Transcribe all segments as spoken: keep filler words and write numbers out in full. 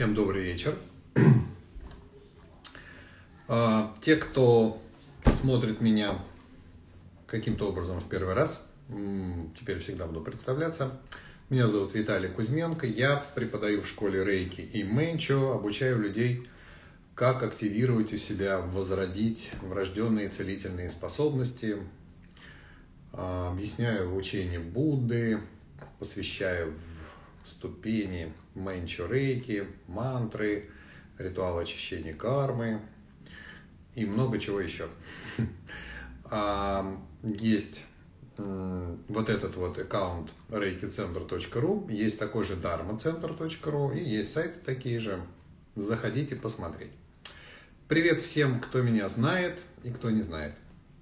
Всем добрый вечер. Те, кто смотрит меня каким-то образом в первый раз, теперь всегда буду представляться. Меня зовут Виталий Кузьменко, я преподаю в школе рейки и менчо, обучаю людей, как активировать у себя, возродить врожденные целительные способности, объясняю учение Будды, посвящаю ступени менчо рейки, мантры, ритуал очищения кармы и много чего еще. Есть вот этот вот аккаунт рейки центр точка ру, есть такой же дарма центр точка ру и есть сайты такие же. Заходите посмотреть. Привет всем, кто меня знает и кто не знает.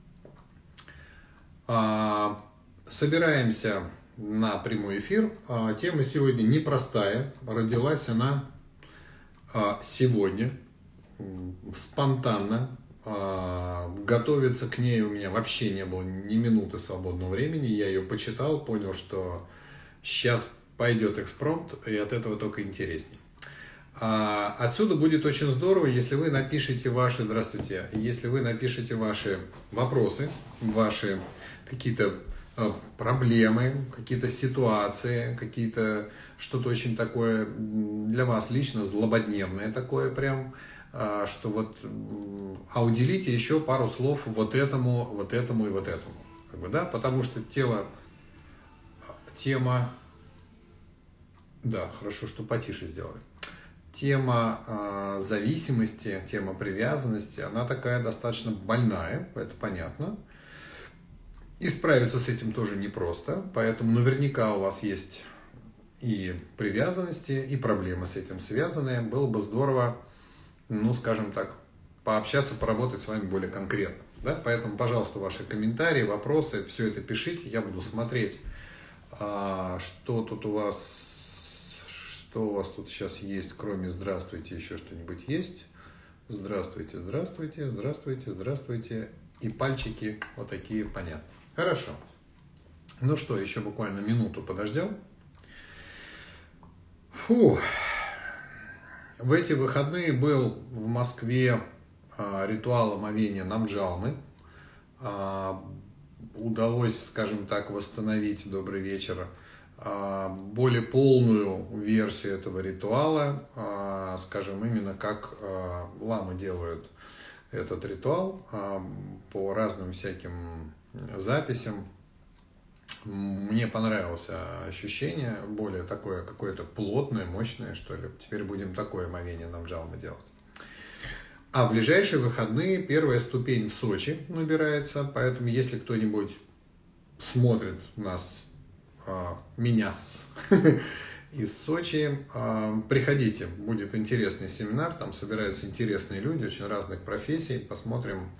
Собираемся на прямой эфир. Тема сегодня непростая. Родилась она сегодня, спонтанно. Готовиться к ней у меня вообще не было ни минуты свободного времени. Я ее почитал, понял, что сейчас пойдет экспромт, и от этого только интересней. Отсюда будет очень здорово, если вы напишите ваши, здравствуйте, если вы напишите ваши вопросы, ваши какие-то проблемы, какие-то ситуации, какие-то что-то очень такое для вас лично злободневное такое прям, что вот, а уделите еще пару слов вот этому, вот этому и вот этому, как бы, да, потому что тело, тема, да, хорошо, что потише сделали, тема э, зависимости, тема привязанности, она такая достаточно больная, это понятно. И справиться с этим тоже непросто, поэтому наверняка у вас есть и привязанности, и проблемы с этим связанные. Было бы здорово, ну, скажем так, пообщаться, поработать с вами более конкретно. Да? Поэтому, пожалуйста, ваши комментарии, вопросы, все это пишите, я буду смотреть, а, что тут у вас, что у вас тут сейчас есть, кроме «здравствуйте», еще что-нибудь есть. Здравствуйте, здравствуйте, здравствуйте, здравствуйте. И пальчики вот такие, понятно. Хорошо. Ну что, еще буквально минуту подождем. Фу. В эти выходные был в Москве а, ритуал омовения Намджалмы. А, удалось, скажем так, восстановить, добрый вечер, а, более полную версию этого ритуала, а, скажем, именно как а, ламы делают этот ритуал а, по разным всяким записям. Мне понравилось ощущение, более такое какое-то плотное, мощное, что ли. Теперь будем такое омовение Намджалмы делать. А в ближайшие выходные первая ступень в Сочи набирается, поэтому если кто-нибудь смотрит нас, меня из Сочи, приходите, будет интересный семинар, там собираются интересные люди, очень разных профессий, посмотрим.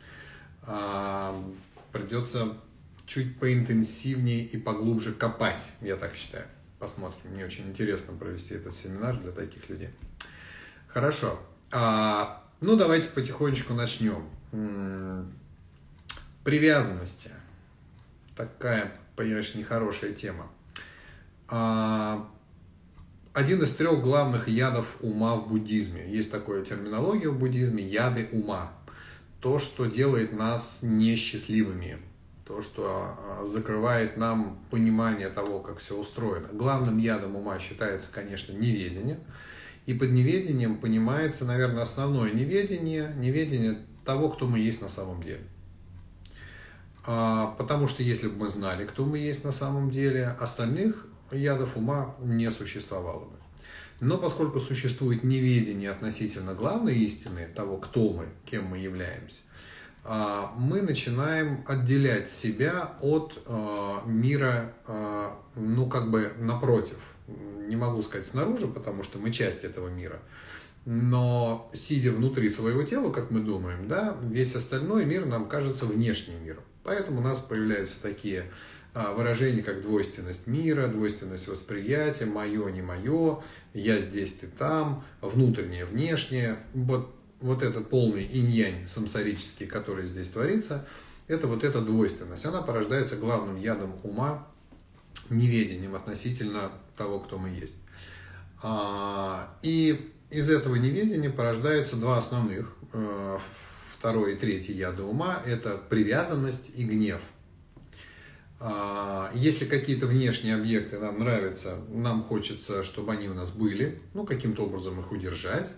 Придется чуть поинтенсивнее и поглубже копать, я так считаю. Посмотрим. Мне очень интересно провести этот семинар для таких людей. Хорошо. А, ну, давайте потихонечку начнем. Привязанности. Такая, понимаешь, нехорошая тема. А, один из трех главных ядов ума в буддизме. Есть такая терминология в буддизме – яды ума. То, что делает нас несчастливыми, то, что закрывает нам понимание того, как все устроено. Главным ядом ума считается, конечно, неведение. И под неведением понимается, наверное, основное неведение, неведение того, кто мы есть на самом деле. Потому что если бы мы знали, кто мы есть на самом деле, остальных ядов ума не существовало бы. Но поскольку существует неведение относительно главной истины, того, кто мы, кем мы являемся, мы начинаем отделять себя от мира, ну, как бы напротив. Не могу сказать снаружи, потому что мы часть этого мира. Но сидя внутри своего тела, как мы думаем, да, весь остальной мир нам кажется внешним миром. Поэтому у нас появляются такие выражения, как двойственность мира, двойственность восприятия, мое, не мое, я здесь, ты там, внутреннее, внешнее. Вот, вот этот полный инь-янь самсарический, который здесь творится, это вот эта двойственность. Она порождается главным ядом ума, неведением относительно того, кто мы есть. И из этого неведения порождаются два основных, второй и третий яда ума, это привязанность и гнев. Если какие-то внешние объекты нам нравятся, нам хочется, чтобы они у нас были, ну, каким-то образом их удержать.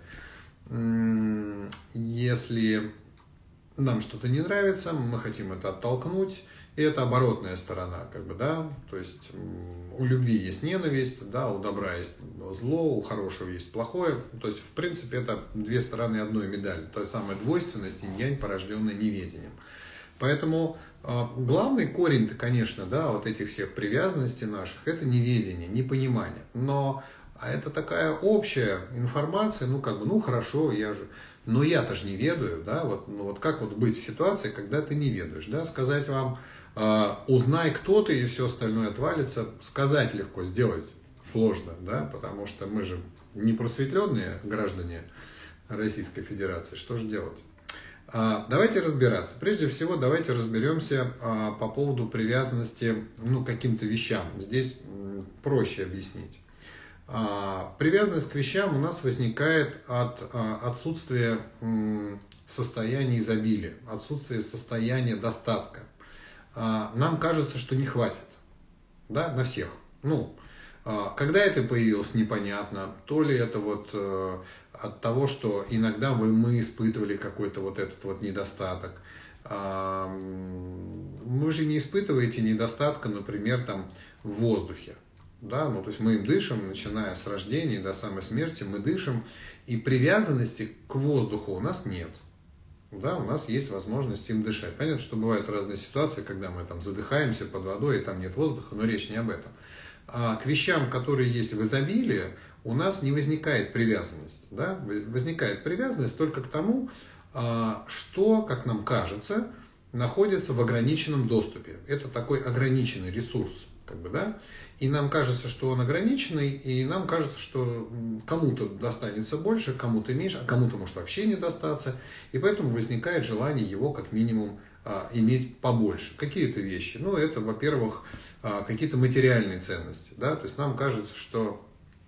Если нам что-то не нравится, мы хотим это оттолкнуть, и это оборотная сторона, как бы, да, то есть у любви есть ненависть, да, у добра есть зло, у хорошего есть плохое, то есть, в принципе, это две стороны одной медали, та самая двойственность, инь-янь, порожденная неведением. Поэтому э, главный корень-то, конечно, да, вот этих всех привязанностей наших, это неведение, непонимание, но а это такая общая информация, ну, как бы, ну, хорошо, я же, но я-то же не ведаю, да, вот, ну, вот как вот быть в ситуации, когда ты не ведаешь, да, сказать вам, э, узнай, кто ты, и все остальное отвалится, сказать легко, сделать сложно, да, потому что мы же не просветленные граждане Российской Федерации, что же делать? А, давайте разбираться. Прежде всего, давайте разберемся а, по поводу привязанности, ну, к каким-то вещам. Здесь м, проще объяснить. Привязанность к вещам у нас возникает от отсутствия состояния изобилия, отсутствия состояния достатка. Нам кажется, что не хватит, да, на всех. Ну, когда это появилось, непонятно. То ли это вот от того, что иногда мы испытывали какой-то вот этот вот недостаток. Вы же не испытываете недостатка, например, там, в воздухе. Да, ну, то есть мы им дышим, начиная с рождения до самой смерти, мы дышим, и привязанности к воздуху у нас нет. Да, у нас есть возможность им дышать. Понятно, что бывают разные ситуации, когда мы там задыхаемся под водой, и там нет воздуха, но речь не об этом. А к вещам, которые есть в изобилии, у нас не возникает привязанность. Да? Возникает привязанность только к тому, что, как нам кажется, находится в ограниченном доступе. Это такой ограниченный ресурс. Как бы, да? И нам кажется, что он ограниченный, и нам кажется, что кому-то достанется больше, кому-то меньше, а кому-то может вообще не достаться. И поэтому возникает желание его как минимум иметь побольше. Какие-то вещи. Ну, это, во-первых, какие-то материальные ценности. Да? То есть нам кажется, что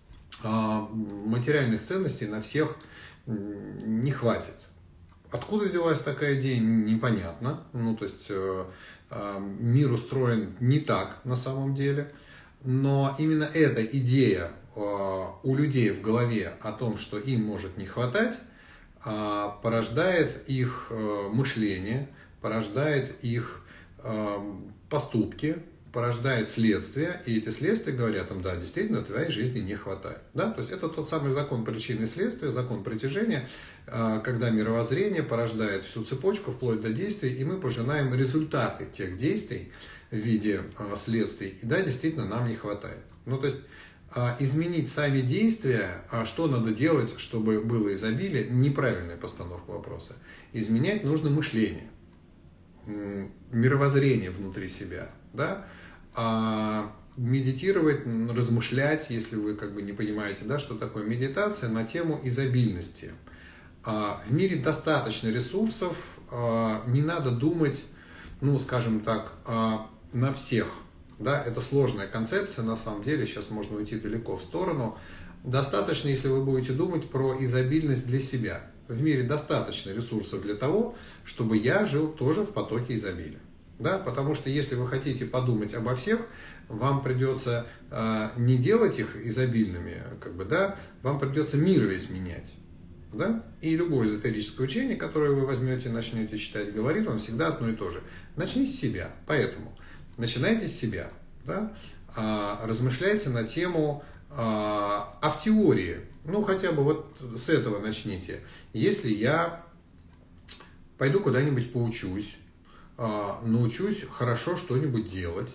материальных ценностей на всех не хватит. Откуда взялась такая идея, непонятно. Ну, то есть мир устроен не так на самом деле. Но именно эта идея у людей в голове о том, что им может не хватать, порождает их мышление, порождает их поступки, порождает следствия, и эти следствия говорят им, да, действительно, твоей жизни не хватает. Да? То есть это тот самый закон причины и следствия, закон притяжения, когда мировоззрение порождает всю цепочку вплоть до действий, и мы пожинаем результаты тех действий в виде следствий, и да, действительно, нам не хватает. Ну, то есть изменить сами действия, что надо делать, чтобы было изобилие, неправильная постановка вопроса. Изменять нужно мышление, мировоззрение внутри себя, да, а медитировать, размышлять, если вы как бы не понимаете, да, что такое медитация, на тему изобильности. В мире достаточно ресурсов, не надо думать, ну, скажем так, на всех. Да, это сложная концепция, на самом деле, сейчас можно уйти далеко в сторону. Достаточно, если вы будете думать про изобильность для себя. В мире достаточно ресурсов для того, чтобы я жил тоже в потоке изобилия. Да, потому что если вы хотите подумать обо всех, вам придется э, не делать их изобильными, как бы, да, вам придется мир весь менять. Да? И любое эзотерическое учение, которое вы возьмете и начнете читать, говорит вам всегда одно и то же. Начни с себя. Поэтому начинайте с себя. Да? А, размышляйте на тему, а, а в теории, ну хотя бы вот с этого начните. Если я пойду куда-нибудь поучусь, а, научусь хорошо что-нибудь делать,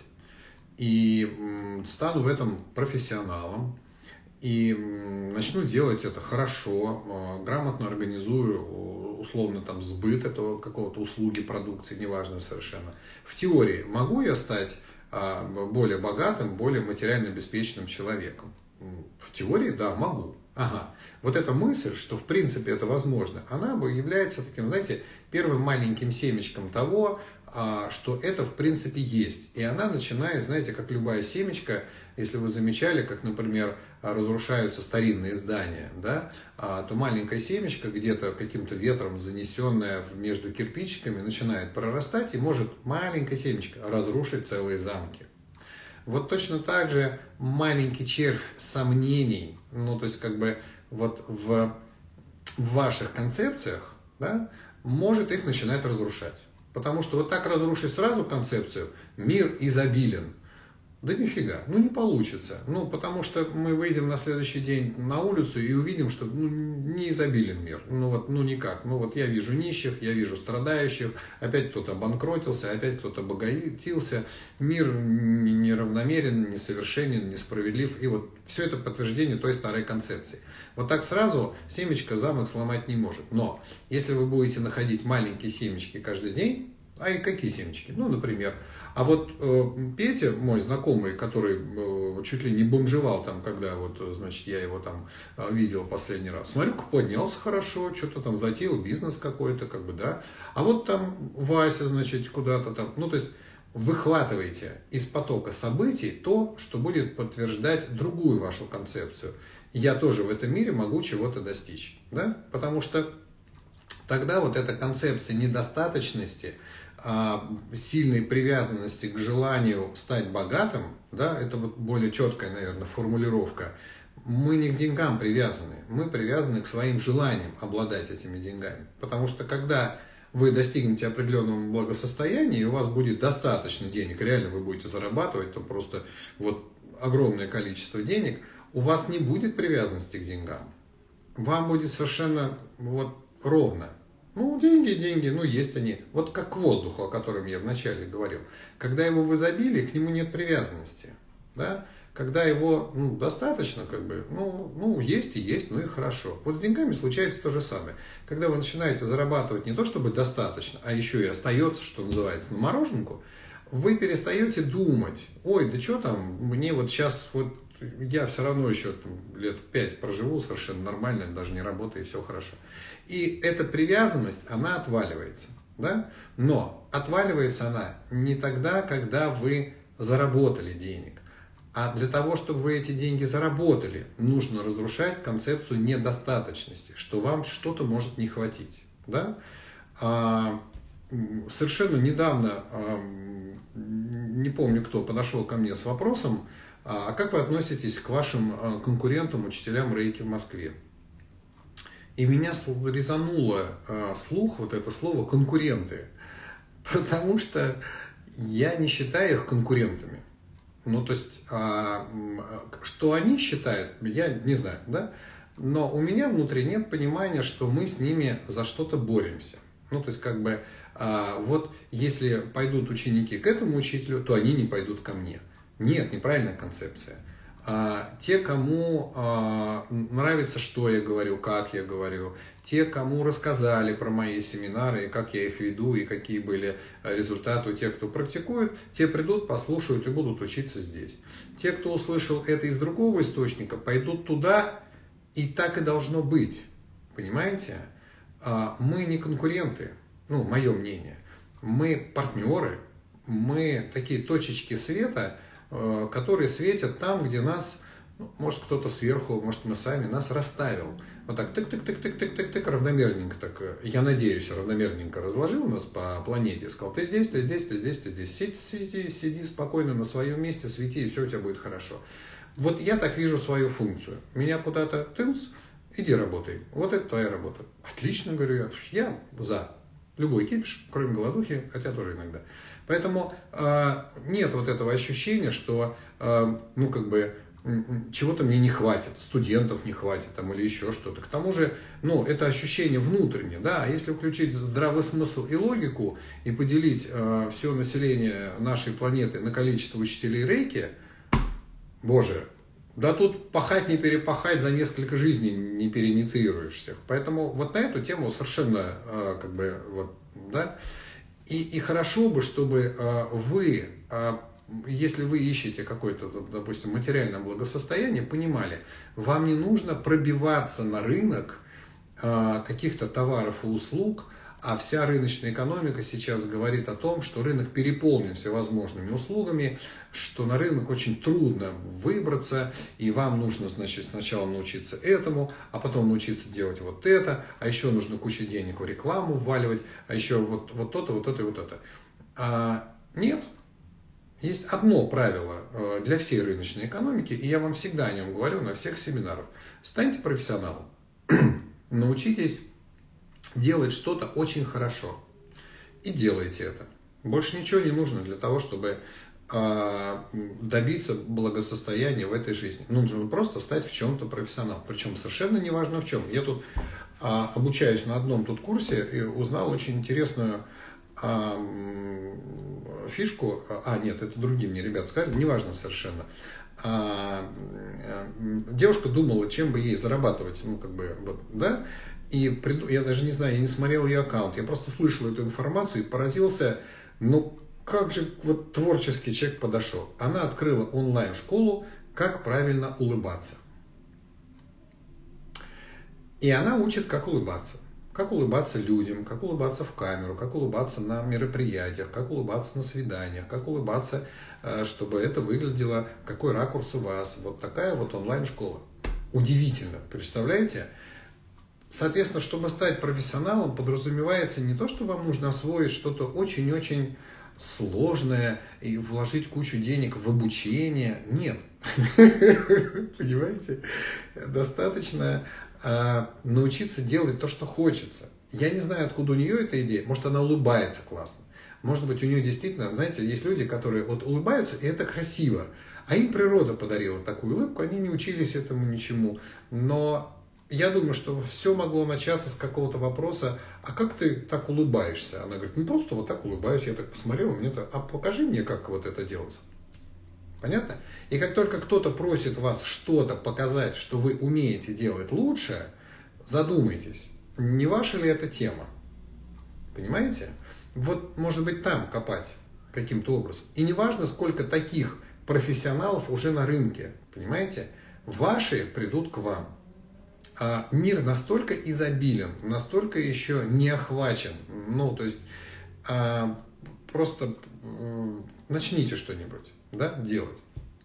и м, стану в этом профессионалом, и начну делать это хорошо, грамотно организую, условно, там, сбыт этого какого-то услуги, продукции, неважно совершенно. В теории могу я стать более богатым, более материально обеспеченным человеком? В теории, да, могу. Ага. Вот эта мысль, что в принципе это возможно, она бы является таким, знаете, первым маленьким семечком того, что это в принципе есть. И она начинает, знаете, как любая семечка, если вы замечали, как, например, разрушаются старинные здания, да, то маленькая семечка, где-то каким-то ветром занесенная между кирпичиками, начинает прорастать и может маленькая семечка разрушить целые замки. Вот точно так же маленький червь сомнений, ну то есть как бы вот в, в ваших концепциях, да, может их начинать разрушать. Потому что вот так разрушить сразу концепцию «мир изобилен». Да нифига, ну не получится. Ну, потому что мы выйдем на следующий день на улицу и увидим, что ну, не изобилен мир. Ну вот, ну никак. Ну вот я вижу нищих, я вижу страдающих, опять кто-то обанкротился, опять кто-то обогатился. Мир неравномерен, несовершенен, несправедлив. И вот все это подтверждение той старой концепции. Вот так сразу семечко замок сломать не может. Но если вы будете находить маленькие семечки каждый день, а и какие семечки? Ну, например, а вот э, Петя, мой знакомый, который э, чуть ли не бомжевал там, когда вот, значит, я его там э, видел последний раз, смотрю-ка, поднялся хорошо, что-то там затеял, бизнес какой-то, как бы, да. А вот там Вася, значит, куда-то там, ну, то есть выхватываете из потока событий то, что будет подтверждать другую вашу концепцию. Я тоже в этом мире могу чего-то достичь, да, потому что тогда вот эта концепция недостаточности, сильной привязанности к желанию стать богатым, да, это вот более четкая, наверное, формулировка. Мы не к деньгам привязаны, мы привязаны к своим желаниям обладать этими деньгами. Потому что когда вы достигнете определенного благосостояния, и у вас будет достаточно денег, реально вы будете зарабатывать там просто вот огромное количество денег, у вас не будет привязанности к деньгам. Вам будет совершенно вот ровно. Ну, деньги, деньги, ну, есть они. Вот как к воздуху, о котором я вначале говорил. Когда его в изобилии, к нему нет привязанности. Да? Когда его ну, достаточно, как бы, ну, ну, есть и есть, ну и хорошо. Вот с деньгами случается то же самое. Когда вы начинаете зарабатывать не то, чтобы достаточно, а еще и остается, что называется, на мороженку, вы перестаете думать, ой, да что там, мне вот сейчас вот я все равно еще там, лет пять проживу совершенно нормально, даже не работаю, и все хорошо. И эта привязанность, она отваливается. Да? Но отваливается она не тогда, когда вы заработали денег. А для того, чтобы вы эти деньги заработали, нужно разрушать концепцию недостаточности, что вам что-то может не хватить. Да? А, совершенно недавно, а, не помню кто, подошел ко мне с вопросом, а как вы относитесь к вашим конкурентам, учителям рейки в Москве? И меня резануло э, слух вот это слово «конкуренты», потому что я не считаю их конкурентами. Ну, то есть, э, что они считают, я не знаю, да? Но у меня внутри нет понимания, что мы с ними за что-то боремся. Ну, то есть, как бы, э, вот если пойдут ученики к этому учителю, то они не пойдут ко мне. Нет, неправильная концепция. А, те, кому а, нравится, что я говорю, как я говорю, те, кому рассказали про мои семинары, и как я их веду, и какие были результаты у тех, кто практикует, те придут, послушают и будут учиться здесь. Те, кто услышал это из другого источника, пойдут туда, и так и должно быть. Понимаете? А, мы не конкуренты, ну, мое мнение. Мы партнеры, мы такие точечки света, которые светят там, где нас, ну, может, кто-то сверху, может, мы сами, нас расставил. Вот так, тык-тык-тык-тык-тык-тык, равномерненько так, я надеюсь, равномерненько разложил нас по планете, сказал, ты здесь, ты здесь, ты здесь, ты здесь, сиди, сиди, сиди спокойно на своем месте, свети, и все у тебя будет хорошо. Вот я так вижу свою функцию. Меня куда-то, тынс, иди работай. Вот это твоя работа. Отлично, говорю я, я за. Любой кипиш, кроме голодухи, хотя тоже иногда. Поэтому э, нет вот этого ощущения, что э, ну как бы чего-то мне не хватит, студентов не хватит там, или еще что-то. К тому же, ну, это ощущение внутреннее, да, а если включить здравый смысл и логику и поделить э, все население нашей планеты на количество учителей рейки, боже, да тут пахать не перепахать, за несколько жизней не переинициируешь всех. Поэтому вот на эту тему совершенно э, как бы вот, да. И, и хорошо бы, чтобы э, вы, э, если вы ищете какое-то, допустим, материальное благосостояние, понимали, вам не нужно пробиваться на рынок э, каких-то товаров и услуг, А вся рыночная экономика сейчас говорит о том, что рынок переполнен всевозможными услугами, что на рынок очень трудно выбраться, и вам нужно, значит, сначала научиться этому, а потом научиться делать вот это, а еще нужно кучу денег в рекламу вваливать, а еще вот, вот то-то, вот это и вот это. А нет. Есть одно правило для всей рыночной экономики, и я вам всегда о нем говорю на всех семинарах. Станьте профессионалом. Научитесь делать что-то очень хорошо. И делайте это. Больше ничего не нужно для того, чтобы добиться благосостояния в этой жизни. Нужно просто стать в чем-то профессионалом. Причем совершенно неважно в чем. Я тут обучаюсь на одном тут курсе и узнал очень интересную фишку. А, нет, это другие мне ребята сказали, неважно совершенно. Девушка думала, чем бы ей зарабатывать, ну, как бы, вот, да, и приду, я даже не знаю, я не смотрел ее аккаунт, я просто слышал эту информацию и поразился, ну, как же вот творческий человек подошел. Она открыла онлайн-школу «Как правильно улыбаться». И она учит, как улыбаться. Как улыбаться людям, как улыбаться в камеру, как улыбаться на мероприятиях, как улыбаться на свиданиях, как улыбаться, чтобы это выглядело, какой ракурс у вас. Вот такая вот онлайн-школа. Удивительно, представляете? Соответственно, чтобы стать профессионалом, подразумевается не то, что вам нужно освоить что-то очень-очень сложное и вложить кучу денег в обучение. Нет. Понимаете? Достаточно научиться делать то, что хочется. Я не знаю, откуда у нее эта идея. Может, она улыбается классно. Может быть, у нее действительно, знаете, есть люди, которые вот улыбаются, и это красиво. А им природа подарила такую улыбку, они не учились этому ничему. Но я думаю, что все могло начаться с какого-то вопроса: а как ты так улыбаешься? Она говорит: ну просто вот так улыбаюсь. Я так посмотрел, мне так, а покажи мне, как вот это делается. Понятно? И как только кто-то просит вас что-то показать, что вы умеете делать лучше, задумайтесь, не ваша ли это тема. Понимаете? Вот, может быть, там копать каким-то образом. И не важно, сколько таких профессионалов уже на рынке. Понимаете? Ваши придут к вам. А мир настолько изобилен, настолько еще не охвачен. Ну, то есть, а, просто а, начните что-нибудь. Да, делать.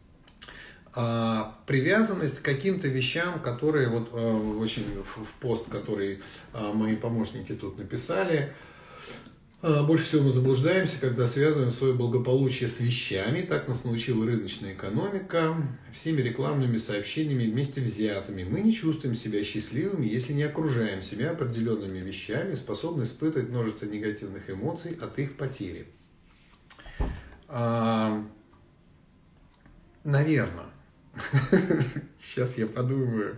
А, привязанность к каким-то вещам, которые вот а, очень в, в пост, который а, мои помощники тут написали, а, больше всего мы заблуждаемся, когда связываем свое благополучие с вещами. Так нас научила рыночная экономика, всеми рекламными сообщениями вместе взятыми. Мы не чувствуем себя счастливыми, если не окружаем себя определенными вещами, способны испытывать множество негативных эмоций от их потери. А, Наверное. Сейчас я подумаю.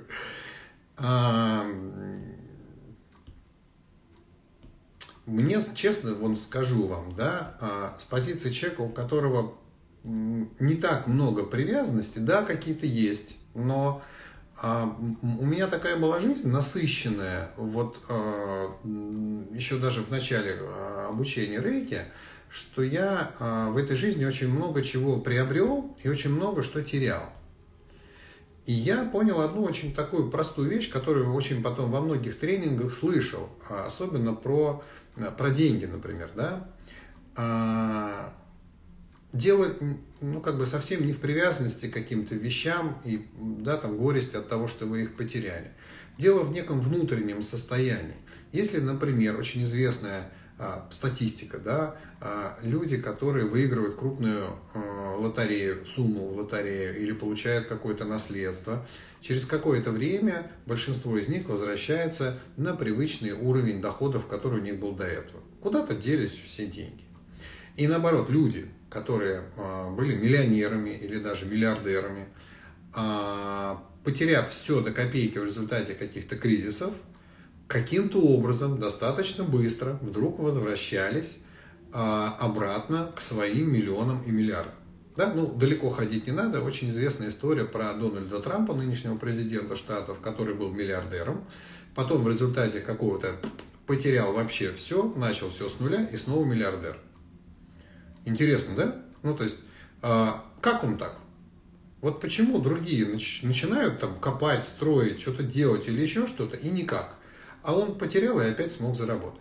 Мне, честно, вот скажу вам, да, с позиции человека, у которого не так много привязанности, да, какие-то есть, но у меня такая была жизнь насыщенная, вот еще даже в начале обучения рейки, что я э, в этой жизни очень много чего приобрел и очень много что терял. И я понял одну очень такую простую вещь, которую очень потом во многих тренингах слышал, особенно про, про деньги, например, да. А, делать, ну, как бы совсем не в привязанности к каким-то вещам и, да, там, горесть от того, что вы их потеряли. Дело в неком внутреннем состоянии. Если, например, очень известная статистика, да, люди, которые выигрывают крупную лотерею, сумму в лотерею или получают какое-то наследство, через какое-то время большинство из них возвращается на привычный уровень доходов, который у них был до этого. Куда-то делись все деньги. И наоборот, люди, которые были миллионерами или даже миллиардерами, потеряв все до копейки в результате каких-то кризисов, каким-то образом достаточно быстро вдруг возвращались а, обратно к своим миллионам и миллиардам. Да? Ну, далеко ходить не надо. Очень известная история про Дональда Трампа, нынешнего президента Штатов, который был миллиардером. Потом в результате какого-то потерял вообще все, начал все с нуля и снова миллиардер. Интересно, да? Ну, то есть, а, как он так? Вот почему другие начинают там копать, строить, что-то делать или еще что-то, и никак. А он потерял и опять смог заработать.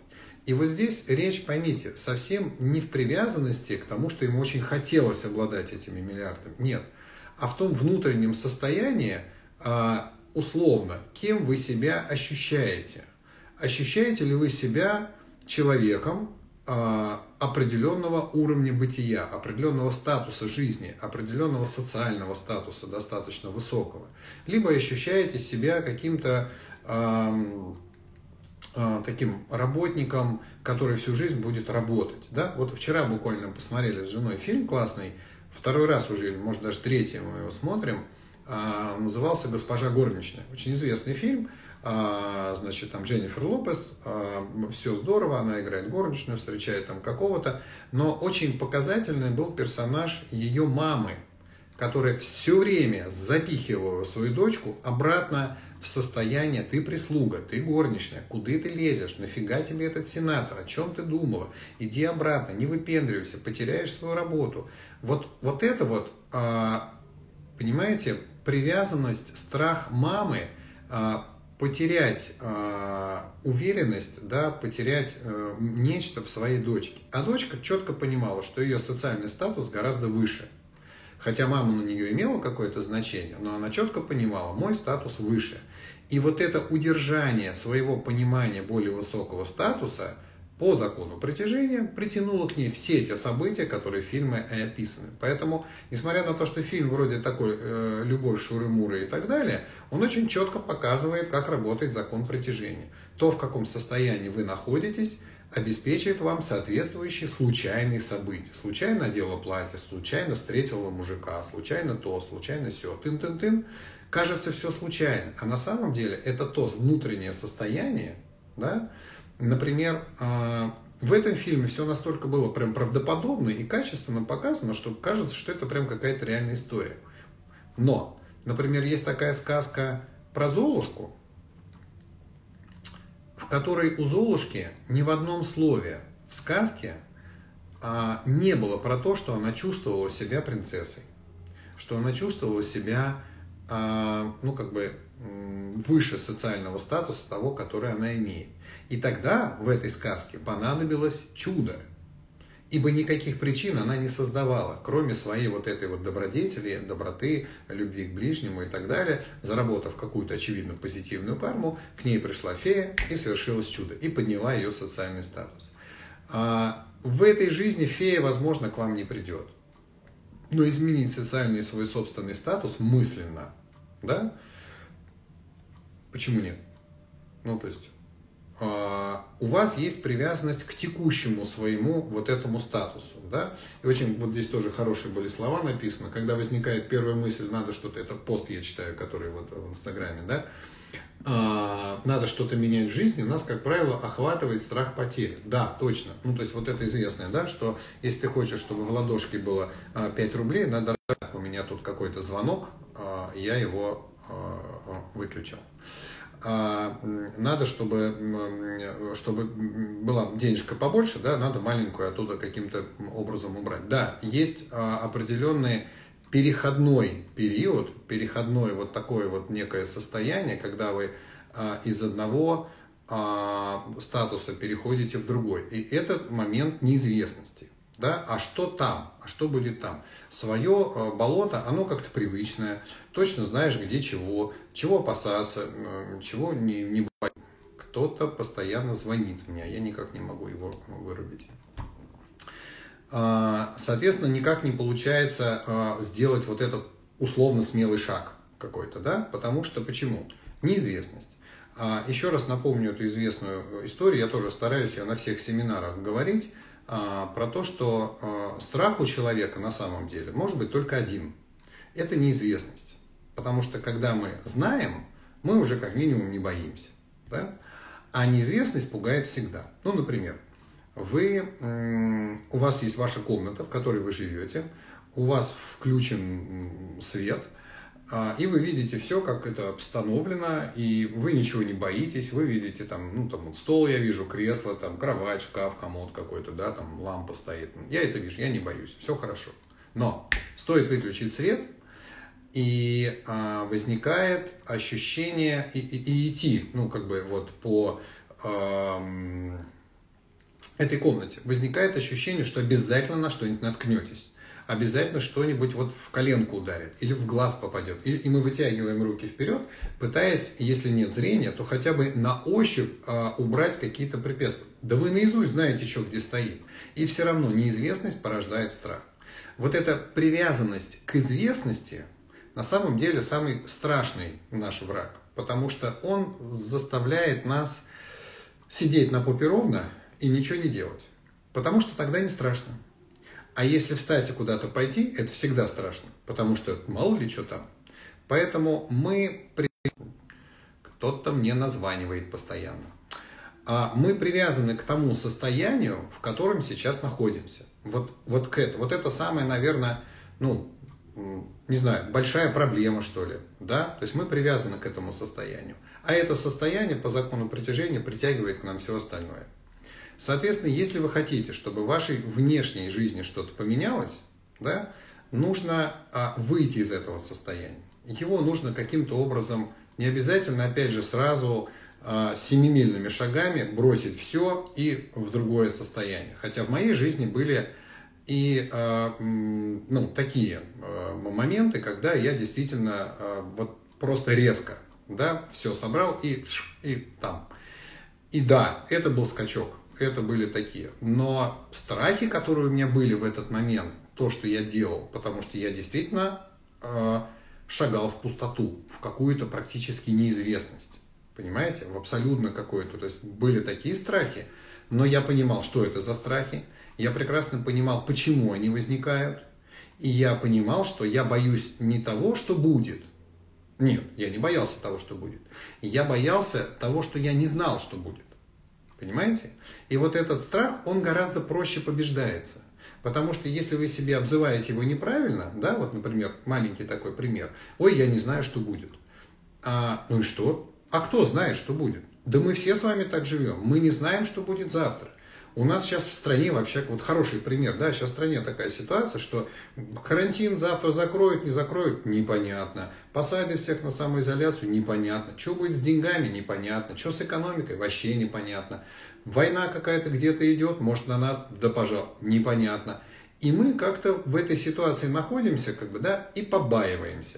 И вот здесь речь, поймите, совсем не в привязанности к тому, что ему очень хотелось обладать этими миллиардами. Нет. А в том внутреннем состоянии, условно, кем вы себя ощущаете. Ощущаете ли вы себя человеком определенного уровня бытия, определенного статуса жизни, определенного социального статуса, достаточно высокого. Либо ощущаете себя каким-то таким работником, который всю жизнь будет работать. Да? Вот вчера буквально посмотрели с женой фильм классный, второй раз уже, или может даже третий мы его смотрим, назывался «Госпожа горничная». Очень известный фильм, значит, там Дженнифер Лопес, все здорово, она играет горничную, встречает там какого-то, но очень показательный был персонаж ее мамы, которая все время запихивала свою дочку обратно в состояние: ты прислуга, ты горничная, куда ты лезешь, нафига тебе этот сенатор, о чем ты думала, иди обратно, не выпендривайся, потеряешь свою работу. Вот, вот это вот, понимаете, привязанность, страх мамы, потерять уверенность, да, потерять нечто в своей дочке. А дочка четко понимала, что ее социальный статус гораздо выше. Хотя мама на нее имела какое-то значение, но она четко понимала: мой статус выше. И вот это удержание своего понимания более высокого статуса по закону притяжения притянуло к ней все те события, которые в фильме и описаны. Поэтому, несмотря на то, что фильм вроде такой э, «Любовь, шуры-муры» и так далее, он очень четко показывает, как работает закон притяжения. То, в каком состоянии вы находитесь, обеспечивает вам соответствующие случайные события. Случайно надела платье, случайно встретила мужика, случайно то, случайно сё. Тын-тын-тын. Кажется, все случайно. А на самом деле это то внутреннее состояние, да? Например, в этом фильме все настолько было прям правдоподобно и качественно показано, что кажется, что это прям какая-то реальная история. Но, например, есть такая сказка про Золушку, в которой у Золушки ни в одном слове в сказке а, не было про то, что она чувствовала себя принцессой, что она чувствовала себя, а, ну, как бы, выше социального статуса того, который она имеет. И тогда в этой сказке понадобилось чудо, ибо никаких причин она не создавала, кроме своей вот этой вот добродетели, доброты, любви к ближнему и так далее. Заработав какую-то, очевидно, позитивную карму, к ней пришла фея и совершилось чудо, и подняла ее социальный статус. А в этой жизни фея, возможно, к вам не придет, но изменить социальный свой собственный статус мысленно, да? Почему нет? Ну, то есть... у вас есть привязанность к текущему своему вот этому статусу, да? И очень, вот здесь тоже хорошие были слова написаны, когда возникает первая мысль, надо что-то, это пост я читаю, который вот в Инстаграме, да? А, надо что-то менять в жизни, нас, как правило, охватывает страх потери. Да, точно. Ну, то есть вот это известное, да, что если ты хочешь, чтобы в ладошке было пять рублей, надо, у меня тут какой-то звонок, я его выключил. Надо, чтобы, чтобы была денежка побольше, да, надо маленькую оттуда каким-то образом убрать. Да, есть определенный переходной период, переходное вот такое вот некое состояние, когда вы из одного статуса переходите в другой. И этот момент неизвестности. Да? А что там? А что будет там? Свое болото, оно как-то привычное. Точно знаешь, где чего, чего опасаться, чего не, не бояться. Кто-то постоянно звонит мне, я никак не могу его вырубить. Соответственно, никак не получается сделать вот этот условно смелый шаг какой-то, да? Потому что почему? Неизвестность. Еще раз напомню эту известную историю, я тоже стараюсь ее на всех семинарах говорить, про то, что страх у человека на самом деле может быть только один. Это неизвестность. Потому что когда мы знаем, мы уже как минимум не боимся. Да? А неизвестность пугает всегда. Ну, например, вы, у вас есть ваша комната, в которой вы живете, у вас включен свет, и вы видите все, как это обстановлено, и вы ничего не боитесь, вы видите там, ну, там вот стол я вижу, кресло, там кровать, шкаф, комод какой-то, да, там лампа стоит. Я это вижу, я не боюсь, все хорошо. Но стоит выключить свет, и а, возникает ощущение и, и, и идти, ну, как бы вот по, а, этой комнате возникает ощущение, что обязательно на что-нибудь наткнетесь. Обязательно что-нибудь вот в коленку ударит или в глаз попадет. И, и мы вытягиваем руки вперед, пытаясь, если нет зрения, то хотя бы на ощупь а, убрать какие-то препятствия. Да вы наизусть знаете, что где стоит. И все равно неизвестность порождает страх. Вот эта привязанность к известности на самом деле самый страшный наш враг. Потому что он заставляет нас сидеть на попе ровно и ничего не делать. Потому что тогда не страшно. А если встать и куда-то пойти, это всегда страшно, потому что мало ли что там. Поэтому мы... Кто-то мне названивает постоянно. А мы привязаны к тому состоянию, в котором сейчас находимся. Вот, вот к этому. Вот это самое, наверное, ну, не знаю, большая проблема, что ли. Да? То есть мы привязаны к этому состоянию. А это состояние по закону притяжения притягивает к нам все остальное. Соответственно, если вы хотите, чтобы в вашей внешней жизни что-то поменялось, да, нужно а, выйти из этого состояния. Его нужно каким-то образом, не обязательно, опять же, сразу а, семимильными шагами бросить все и в другое состояние. Хотя в моей жизни были и а, ну, такие а, моменты, когда я действительно а, вот просто резко, да, все собрал и, и там. И да, это был скачок. Это были такие. Но страхи, которые у меня были в этот момент, то, что я делал, потому что я действительно э, шагал в пустоту, в какую-то практически неизвестность. Понимаете? В абсолютно какую-то. То есть были такие страхи, но я понимал, что это за страхи. Я прекрасно понимал, почему они возникают. И я понимал, что я боюсь не того, что будет. Нет, я не боялся того, что будет. Я боялся того, что я не знал, что будет. Понимаете? И вот этот страх, он гораздо проще побеждается. Потому что если вы себе обзываете его неправильно, да, вот, например, маленький такой пример. Ой, я не знаю, что будет. А, ну и что? А кто знает, что будет? Да мы все с вами так живем. Мы не знаем, что будет завтра. У нас сейчас в стране вообще, вот хороший пример, да, сейчас в стране такая ситуация, что карантин завтра закроют, не закроют, непонятно. Посадят всех на самоизоляцию, непонятно. Что будет с деньгами, непонятно. Что с экономикой, вообще непонятно. Война какая-то где-то идет, может на нас, да пожалуй, непонятно. И мы как-то в этой ситуации находимся, как бы, да, и побаиваемся.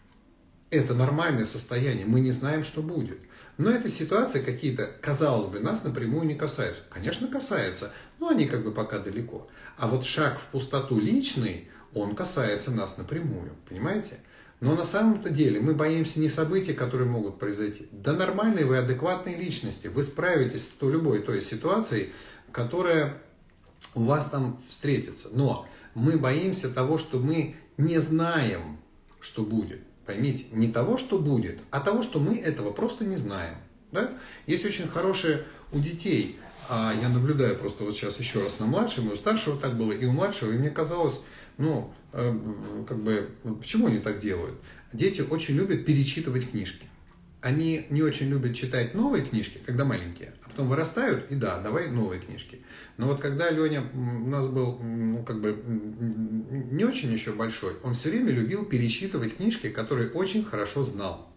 Это нормальное состояние, мы не знаем, что будет. Но эти ситуации какие-то, казалось бы, нас напрямую не касаются. Конечно, касаются, но они как бы пока далеко. А вот шаг в пустоту личный, он касается нас напрямую, понимаете? Но на самом-то деле мы боимся не событий, которые могут произойти. Да нормальные вы, адекватные личности. Вы справитесь с любой той ситуацией, которая у вас там встретится. Но мы боимся того, что мы не знаем, что будет. Поймите, не того, что будет, а того, что мы этого просто не знаем. Да? Есть очень хорошие у детей, а я наблюдаю просто вот сейчас еще раз на младшем, и у старшего так было, и у младшего, и мне казалось, ну, э, как бы, почему они так делают? Дети очень любят перечитывать книжки. Они не очень любят читать новые книжки, когда маленькие, а потом вырастают, и да, давай новые книжки. Но вот когда Леня у нас был, ну, как бы, не очень еще большой, он все время любил перечитывать книжки, которые очень хорошо знал.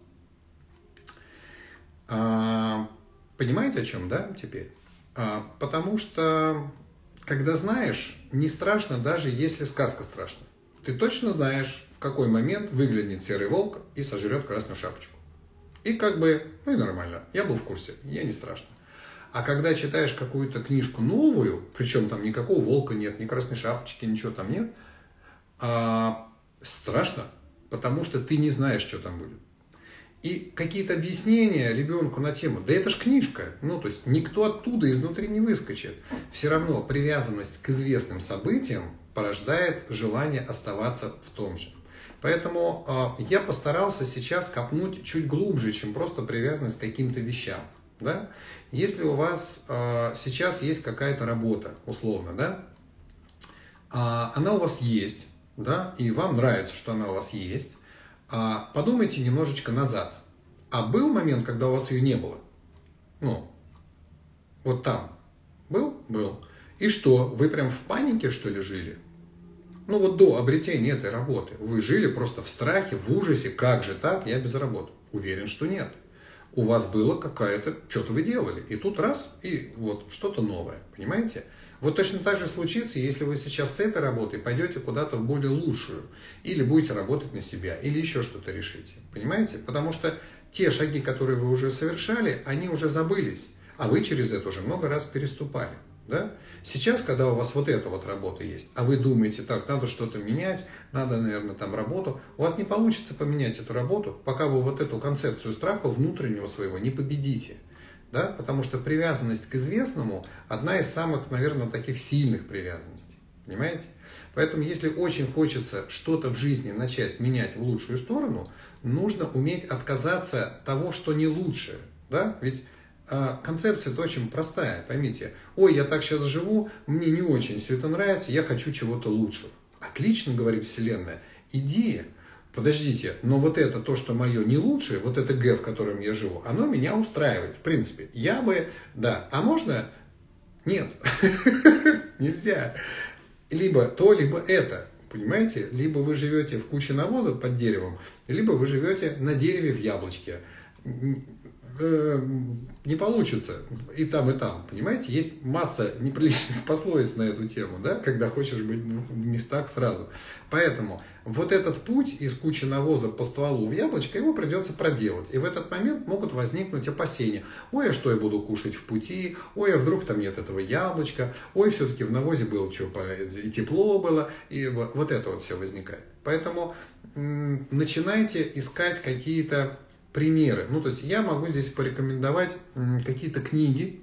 А, понимаете, о чем, да, теперь? А, потому что, когда знаешь, не страшно, даже если сказка страшна. Ты точно знаешь, в какой момент выглянет серый волк и сожрет красную шапочку. И как бы, ну и нормально, я был в курсе, я не страшно. А когда читаешь какую-то книжку новую, причем там никакого волка нет, ни красной шапочки, ничего там нет, а, страшно, потому что ты не знаешь, что там будет. И какие-то объяснения ребенку на тему, да это ж книжка, ну то есть никто оттуда изнутри не выскочит. Все равно привязанность к известным событиям порождает желание оставаться в том же. Поэтому э, я постарался сейчас копнуть чуть глубже, чем просто привязанность к каким-то вещам. Да? Если у вас э, сейчас есть какая-то работа, условно, да, э, она у вас есть, да, и вам нравится, что она у вас есть, э, подумайте немножечко назад. А был момент, когда у вас ее не было? Ну, вот там. Был? Был. И что, вы прям в панике, что ли, жили? Ну вот до обретения этой работы вы жили просто в страхе, в ужасе, как же так, я без работы. Уверен, что нет. У вас было какая-то, что-то вы делали, и тут раз, и вот что-то новое, понимаете? Вот точно так же случится, если вы сейчас с этой работой пойдете куда-то в более лучшую, или будете работать на себя, или еще что-то решите, понимаете? Потому что те шаги, которые вы уже совершали, они уже забылись, а вы через это уже много раз переступали. Да? Сейчас, когда у вас вот эта вот работа есть, а вы думаете, так, надо что-то менять, надо, наверное, там работу, у вас не получится поменять эту работу, пока вы вот эту концепцию страха внутреннего своего не победите. Да? Потому что привязанность к известному одна из самых, наверное, таких сильных привязанностей. Понимаете? Поэтому, если очень хочется что-то в жизни начать менять в лучшую сторону, нужно уметь отказаться от того, что не лучше. Да? Ведь концепция-то очень простая, поймите. Ой, я так сейчас живу, мне не очень все это нравится, я хочу чего-то лучшего. Отлично, говорит Вселенная, иди, подождите, но вот это то, что мое не лучшее, вот это Г, в котором я живу, оно меня устраивает, в принципе. Я бы, да, а можно? Нет, нельзя. Либо то, либо это, понимаете? Либо вы живете в куче навоза под деревом, либо вы живете на дереве в яблочке. Не получится и там, и там, понимаете? Есть масса неприличных пословиц на эту тему, да, когда хочешь быть в местах сразу. Поэтому вот этот путь из кучи навоза по стволу в яблочко, его придется проделать. И в этот момент могут возникнуть опасения. Ой, а что я буду кушать в пути? Ой, а вдруг там нет этого яблочка? Ой, все-таки в навозе было что, и тепло было, и вот это вот все возникает. Поэтому м- начинайте искать какие-то примеры. Ну, то есть я могу здесь порекомендовать какие-то книги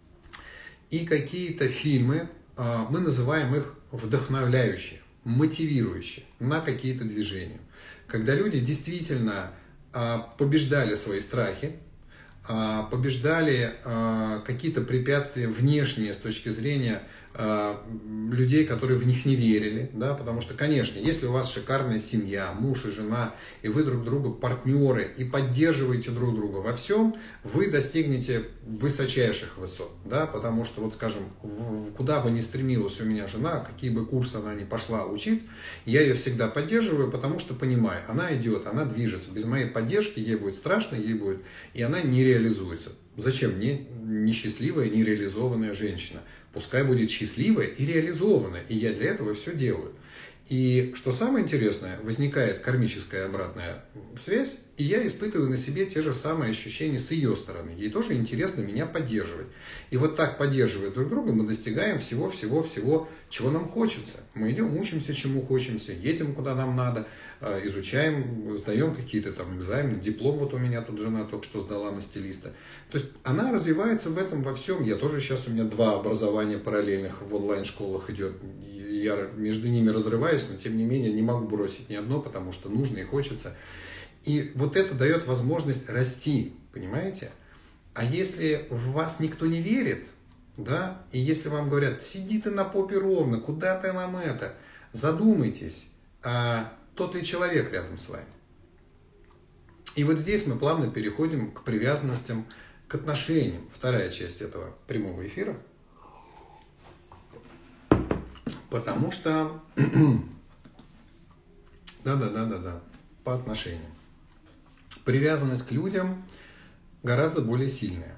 и какие-то фильмы, мы называем их вдохновляющие, мотивирующие на какие-то движения. Когда люди действительно побеждали свои страхи, побеждали какие-то препятствия внешние с точки зрения людей, которые в них не верили, да, потому что, конечно, если у вас шикарная семья, муж и жена, и вы друг друга партнеры, и поддерживаете друг друга во всем, вы достигнете высочайших высот, да, потому что, вот, скажем, куда бы ни стремилась у меня жена, какие бы курсы она ни пошла учить, я ее всегда поддерживаю, потому что понимаю, она идет, она движется, без моей поддержки ей будет страшно, ей будет, и она не реализуется. Зачем мне несчастливая, нереализованная женщина? Пускай будет счастливая и реализованная, и я для этого все делаю. И что самое интересное, возникает кармическая обратная связь, и я испытываю на себе те же самые ощущения с ее стороны. Ей тоже интересно меня поддерживать. И вот так, поддерживая друг друга, мы достигаем всего-всего-всего, чего нам хочется. Мы идем, учимся, чему хочемся, едем, куда нам надо, изучаем, сдаем какие-то там экзамены, диплом вот у меня тут жена только что сдала на стилиста. То есть она развивается в этом во всем. Я тоже сейчас, у меня два образования параллельных в онлайн-школах идет. Я между ними разрываюсь, но тем не менее не могу бросить ни одно, потому что нужно и хочется. И вот это дает возможность расти, понимаете? А если в вас никто не верит, да, и если вам говорят, сиди ты на попе ровно, куда ты нам это, задумайтесь, а тот ли человек рядом с вами. И вот здесь мы плавно переходим к привязанностям, к отношениям. Вторая часть этого прямого эфира. Потому что, да-да-да-да-да, по отношениям. Привязанность к людям гораздо более сильная.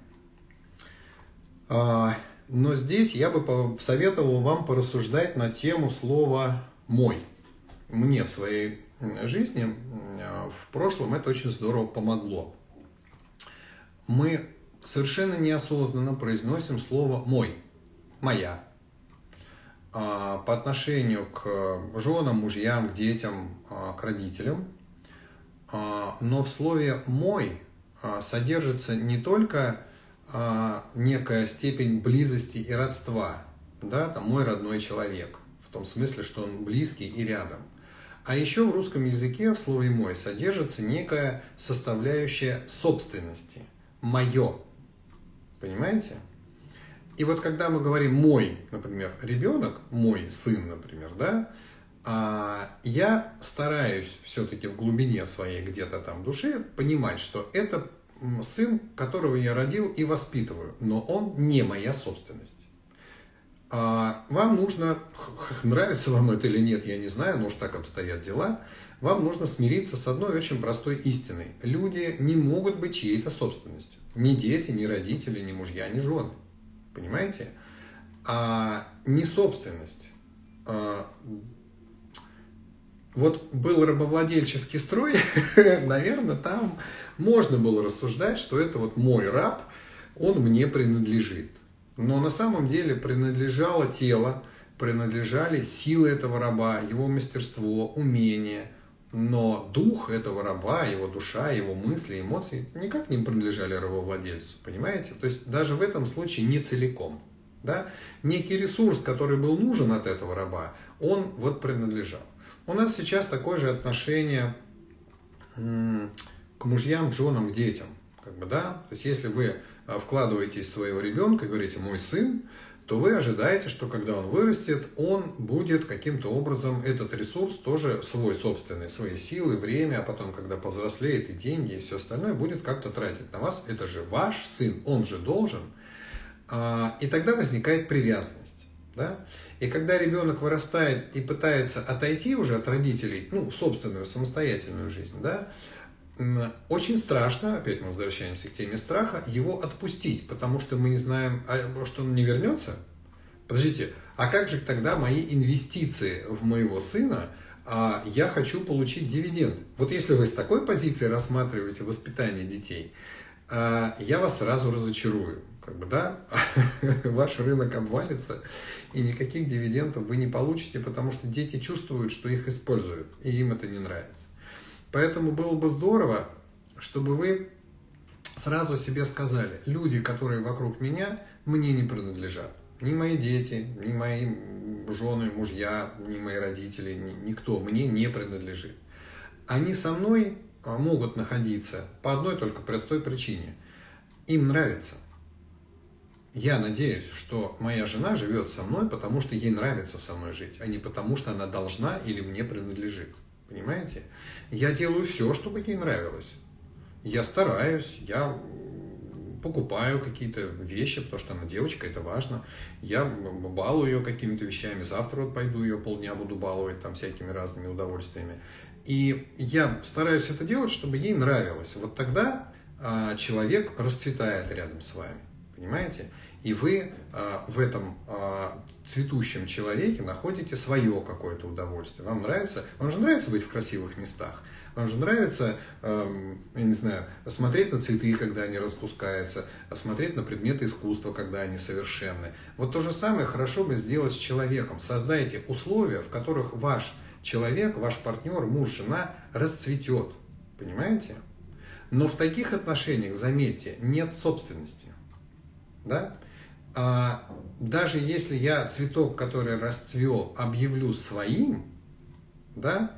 Но здесь я бы посоветовал вам порассуждать на тему слова «мой». Мне в своей жизни в прошлом это очень здорово помогло. Мы совершенно неосознанно произносим слово «мой», «моя». По отношению к женам, мужьям, к детям, к родителям. Но в слове «мой» содержится не только некая степень близости и родства, да, там мой родной человек, в том смысле, что он близкий и рядом. А еще в русском языке в слове «мой» содержится некая составляющая собственности, мое. Понимаете? И вот когда мы говорим «мой», например, ребенок, мой сын, например, да, я стараюсь все-таки в глубине своей где-то там души понимать, что это сын, которого я родил и воспитываю, но он не моя собственность. Вам нужно, нравится вам это или нет, я не знаю, но уж так обстоят дела, вам нужно смириться с одной очень простой истиной. Люди не могут быть чьей-то собственностью. Ни дети, ни родители, ни мужья, ни жены. Понимаете? А не собственность. Вот был рабовладельческий строй, наверное, там можно было рассуждать, что это вот мой раб, он мне принадлежит. Но на самом деле принадлежало тело, принадлежали силы этого раба, его мастерство, умение. Но дух этого раба, его душа, его мысли, эмоции никак не принадлежали рабовладельцу, понимаете? То есть даже в этом случае не целиком. Да? Некий ресурс, который был нужен от этого раба, он вот принадлежал. У нас сейчас такое же отношение к мужьям, к женам, к детям. Как бы, да? То есть если вы вкладываетесь в своего ребенка и говорите «мой сын», то вы ожидаете, что когда он вырастет, он будет каким-то образом этот ресурс тоже свой собственный, свои силы, время, а потом, когда повзрослеет, и деньги, и все остальное, будет как-то тратить на вас. Это же ваш сын, он же должен. И тогда возникает привязанность. Да? И когда ребенок вырастает и пытается отойти уже от родителей, ну, в собственную самостоятельную жизнь, да, очень страшно, опять мы возвращаемся к теме страха, его отпустить, потому что мы не знаем, что он не вернется. Подождите, а как же тогда мои инвестиции в моего сына? Я хочу получить дивиденд. Вот если вы с такой позиции рассматриваете воспитание детей, я вас сразу разочарую. Как бы, да, ваш рынок обвалится, и никаких дивидендов вы не получите, потому что дети чувствуют, что их используют, и им это не нравится. Поэтому было бы здорово, чтобы вы сразу себе сказали, люди, которые вокруг меня, мне не принадлежат. Ни мои дети, ни мои жены, мужья, ни мои родители, ни, никто мне не принадлежит. Они со мной могут находиться по одной только простой причине. Им нравится. Я надеюсь, что моя жена живет со мной, потому что ей нравится со мной жить, а не потому, что она должна или мне принадлежит. Понимаете? Я делаю все, чтобы ей нравилось. Я стараюсь, я покупаю какие-то вещи, потому что она девочка, это важно. Я балую ее какими-то вещами. Завтра вот пойду ее полдня буду баловать там всякими разными удовольствиями. И я стараюсь это делать, чтобы ей нравилось. Вот тогда а, человек расцветает рядом с вами. Понимаете? И вы а, в этом а, цветущем человеке находите свое какое-то удовольствие. Вам нравится? Вам же нравится быть в красивых местах. Вам же нравится, э, я не знаю, смотреть на цветы, когда они распускаются, смотреть на предметы искусства, когда они совершенны. Вот то же самое хорошо бы сделать с человеком. Создайте условия, в которых ваш человек, ваш партнер, муж, жена расцветет. Понимаете? Но в таких отношениях, заметьте, нет собственности. Да? А даже если я цветок, который расцвел, объявлю своим, да,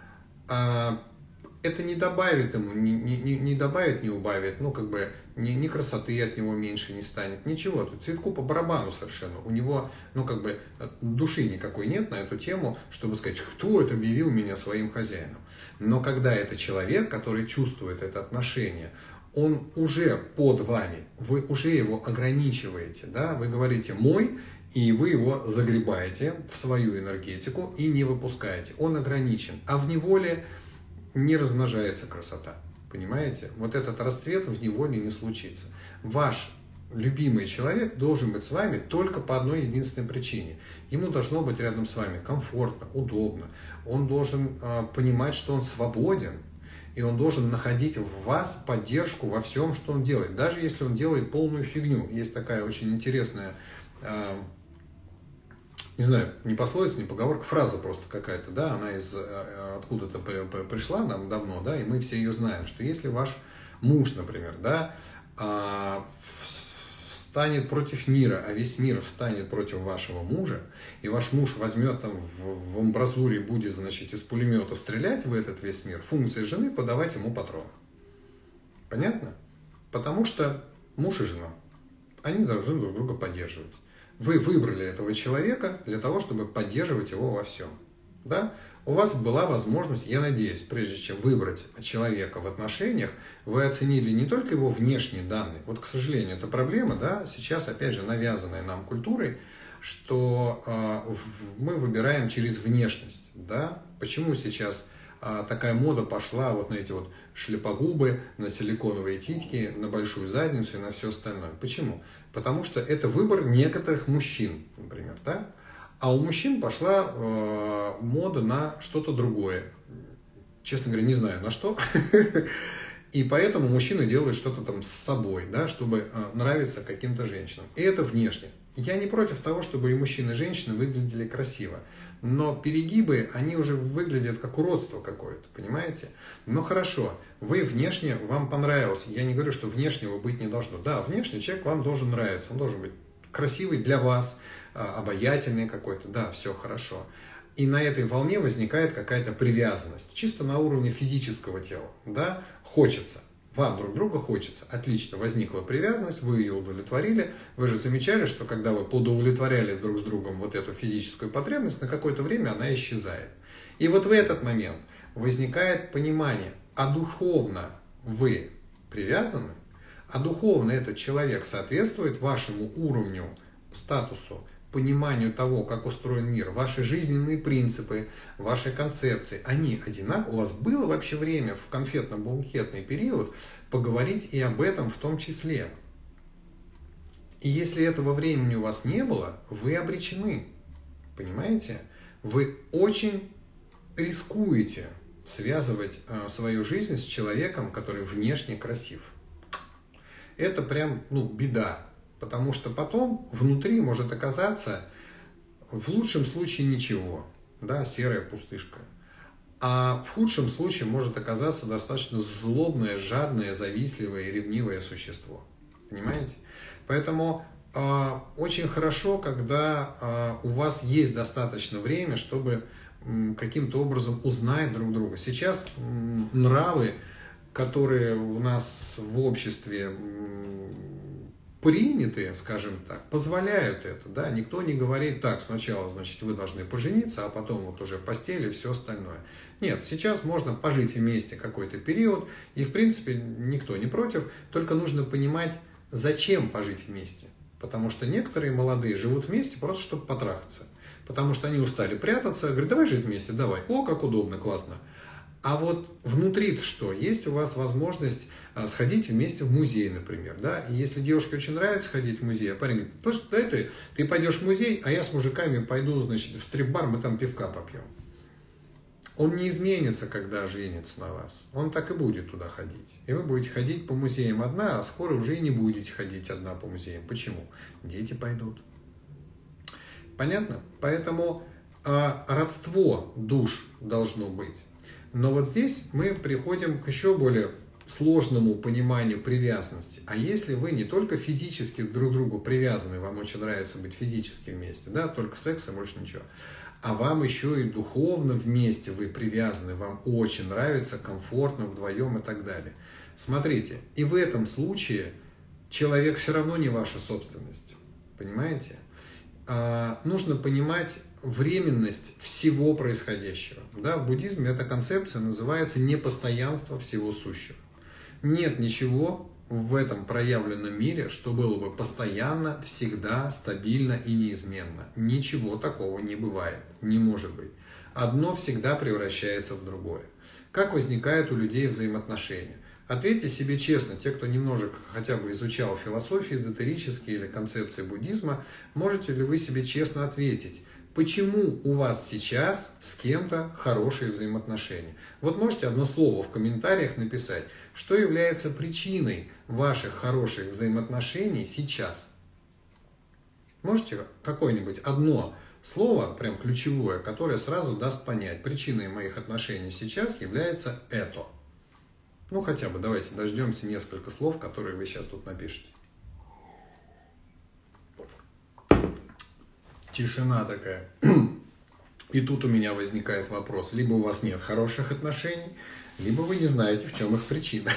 а, это не добавит ему, не, не, не добавит, не убавит, ну, как бы, ни, ни красоты от него меньше не станет, ничего. Тут цветку по барабану совершенно. У него, ну, как бы, души никакой нет на эту тему, чтобы сказать, кто это объявил меня своим хозяином. Но когда это человек, который чувствует это отношение, он уже под вами, вы уже его ограничиваете, да, вы говорите «мой», и вы его загребаете в свою энергетику и не выпускаете. Он ограничен, а в неволе не размножается красота, понимаете? Вот этот расцвет в неволе не случится. Ваш любимый человек должен быть с вами только по одной единственной причине. Ему должно быть рядом с вами комфортно, удобно. Он должен э, понимать, что он свободен. И он должен находить в вас поддержку во всем, что он делает. Даже если он делает полную фигню. Есть такая очень интересная, э, не знаю, не пословица, не поговорка, фраза просто какая-то, да, она из э, откуда-то при, при, пришла нам давно, да, и мы все ее знаем, что если ваш муж, например, да, э, встанет против мира, а весь мир встанет против вашего мужа, и ваш муж возьмет там в, в амбразуре, будет, значит, из пулемета стрелять в этот весь мир, функция жены подавать ему патроны. Понятно? Потому что муж и жена, они должны друг друга поддерживать. Вы выбрали этого человека для того, чтобы поддерживать его во всем. Да? У вас была возможность, я надеюсь, прежде чем выбрать человека в отношениях, вы оценили не только его внешние данные. Вот, к сожалению, это проблема, да, сейчас, опять же, навязанная нам культурой. что э, в, мы выбираем через внешность. Да? Почему сейчас э, такая мода пошла вот на эти вот шлепогубы, на силиконовые титьки, на большую задницу и на все остальное? Почему? Потому что это выбор некоторых мужчин, например. Да? А у мужчин пошла э, мода на что-то другое. Честно говоря, не знаю на что. И поэтому мужчины делают что-то там с собой, да, чтобы э, нравиться каким-то женщинам. И это внешне. Я не против того, чтобы и мужчины, и женщины выглядели красиво. Но перегибы, они уже выглядят как уродство какое-то, понимаете? Но хорошо, вы внешне, вам понравилось. Я не говорю, что внешнего быть не должно. Да, внешний человек вам должен нравиться. Он должен быть красивый для вас, э, обаятельный какой-то. Да, все хорошо. И на этой волне возникает какая-то привязанность, чисто на уровне физического тела, да, хочется, вам друг друга хочется, отлично, возникла привязанность, вы ее удовлетворили, вы же замечали, что когда вы подудовлетворяли друг с другом вот эту физическую потребность, на какое-то время она исчезает. И вот в этот момент возникает понимание, а духовно вы привязаны, а духовно этот человек соответствует вашему уровню, статусу, пониманию того, как устроен мир, ваши жизненные принципы, ваши концепции, они одинаковы. У вас было вообще время в конфетно-букетный период поговорить и об этом в том числе. И если этого времени у вас не было, вы обречены. Понимаете? Вы очень рискуете связывать э, свою жизнь с человеком, который внешне красив. Это прям, ну, беда. Потому что потом внутри может оказаться в лучшем случае ничего, да, серая пустышка. А в худшем случае может оказаться достаточно злобное, жадное, завистливое и ревнивое существо. Понимаете? Поэтому э, очень хорошо, когда э, у вас есть достаточно времени, чтобы э, каким-то образом узнать друг друга. Сейчас э, нравы, которые у нас в обществе э, принятые, скажем так, позволяют это, да, никто не говорит так, сначала, значит, вы должны пожениться, а потом вот уже постель и все остальное. Нет, сейчас можно пожить вместе какой-то период, и, в принципе, никто не против, только нужно понимать, зачем пожить вместе, потому что некоторые молодые живут вместе просто, чтобы потрахаться, потому что они устали прятаться, говорят, давай жить вместе, давай, о, как удобно, классно. А вот внутри что? Есть у вас возможность сходить вместе в музей, например, да? И если девушке очень нравится ходить в музей, а парень говорит, да ты, ты пойдешь в музей, а я с мужиками пойду, значит, в стрип-бар, мы там пивка попьем. Он не изменится, когда женится на вас. Он так и будет туда ходить. И вы будете ходить по музеям одна, а скоро уже и не будете ходить одна по музеям. Почему? Дети пойдут. Понятно? Поэтому э, родство душ должно быть. Но вот здесь мы приходим к еще более сложному пониманию привязанности. А если вы не только физически друг к другу привязаны, вам очень нравится быть физически вместе, да, только секс и больше ничего, а вам еще и духовно вместе вы привязаны, вам очень нравится, комфортно вдвоем и так далее. Смотрите, и в этом случае человек все равно не ваша собственность, понимаете? А, нужно понимать временность всего происходящего. Да, в буддизме эта концепция называется непостоянство всего сущего. Нет ничего в этом проявленном мире, что было бы постоянно, всегда, стабильно и неизменно. Ничего такого не бывает, не может быть. Одно всегда превращается в другое. Как возникают у людей взаимоотношения? Ответьте себе честно, те, кто немножко хотя бы изучал философию эзотерические или концепции буддизма, можете ли вы себе честно ответить, почему у вас сейчас с кем-то хорошие взаимоотношения? Вот можете одно слово в комментариях написать, что является причиной ваших хороших взаимоотношений сейчас. Можете какое-нибудь одно слово, прям ключевое, которое сразу даст понять, причиной моих отношений сейчас является это. Ну хотя бы давайте дождемся несколько слов, которые вы сейчас тут напишете. Тишина такая. И тут у меня возникает вопрос. Либо у вас нет хороших отношений, либо вы не знаете, в чем их причина.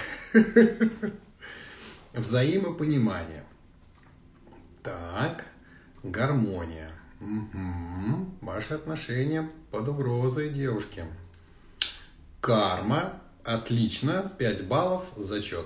Взаимопонимание. Так, гармония. Угу. Ваши отношения под угрозой, девушки. Карма. Отлично. пять баллов. Зачет.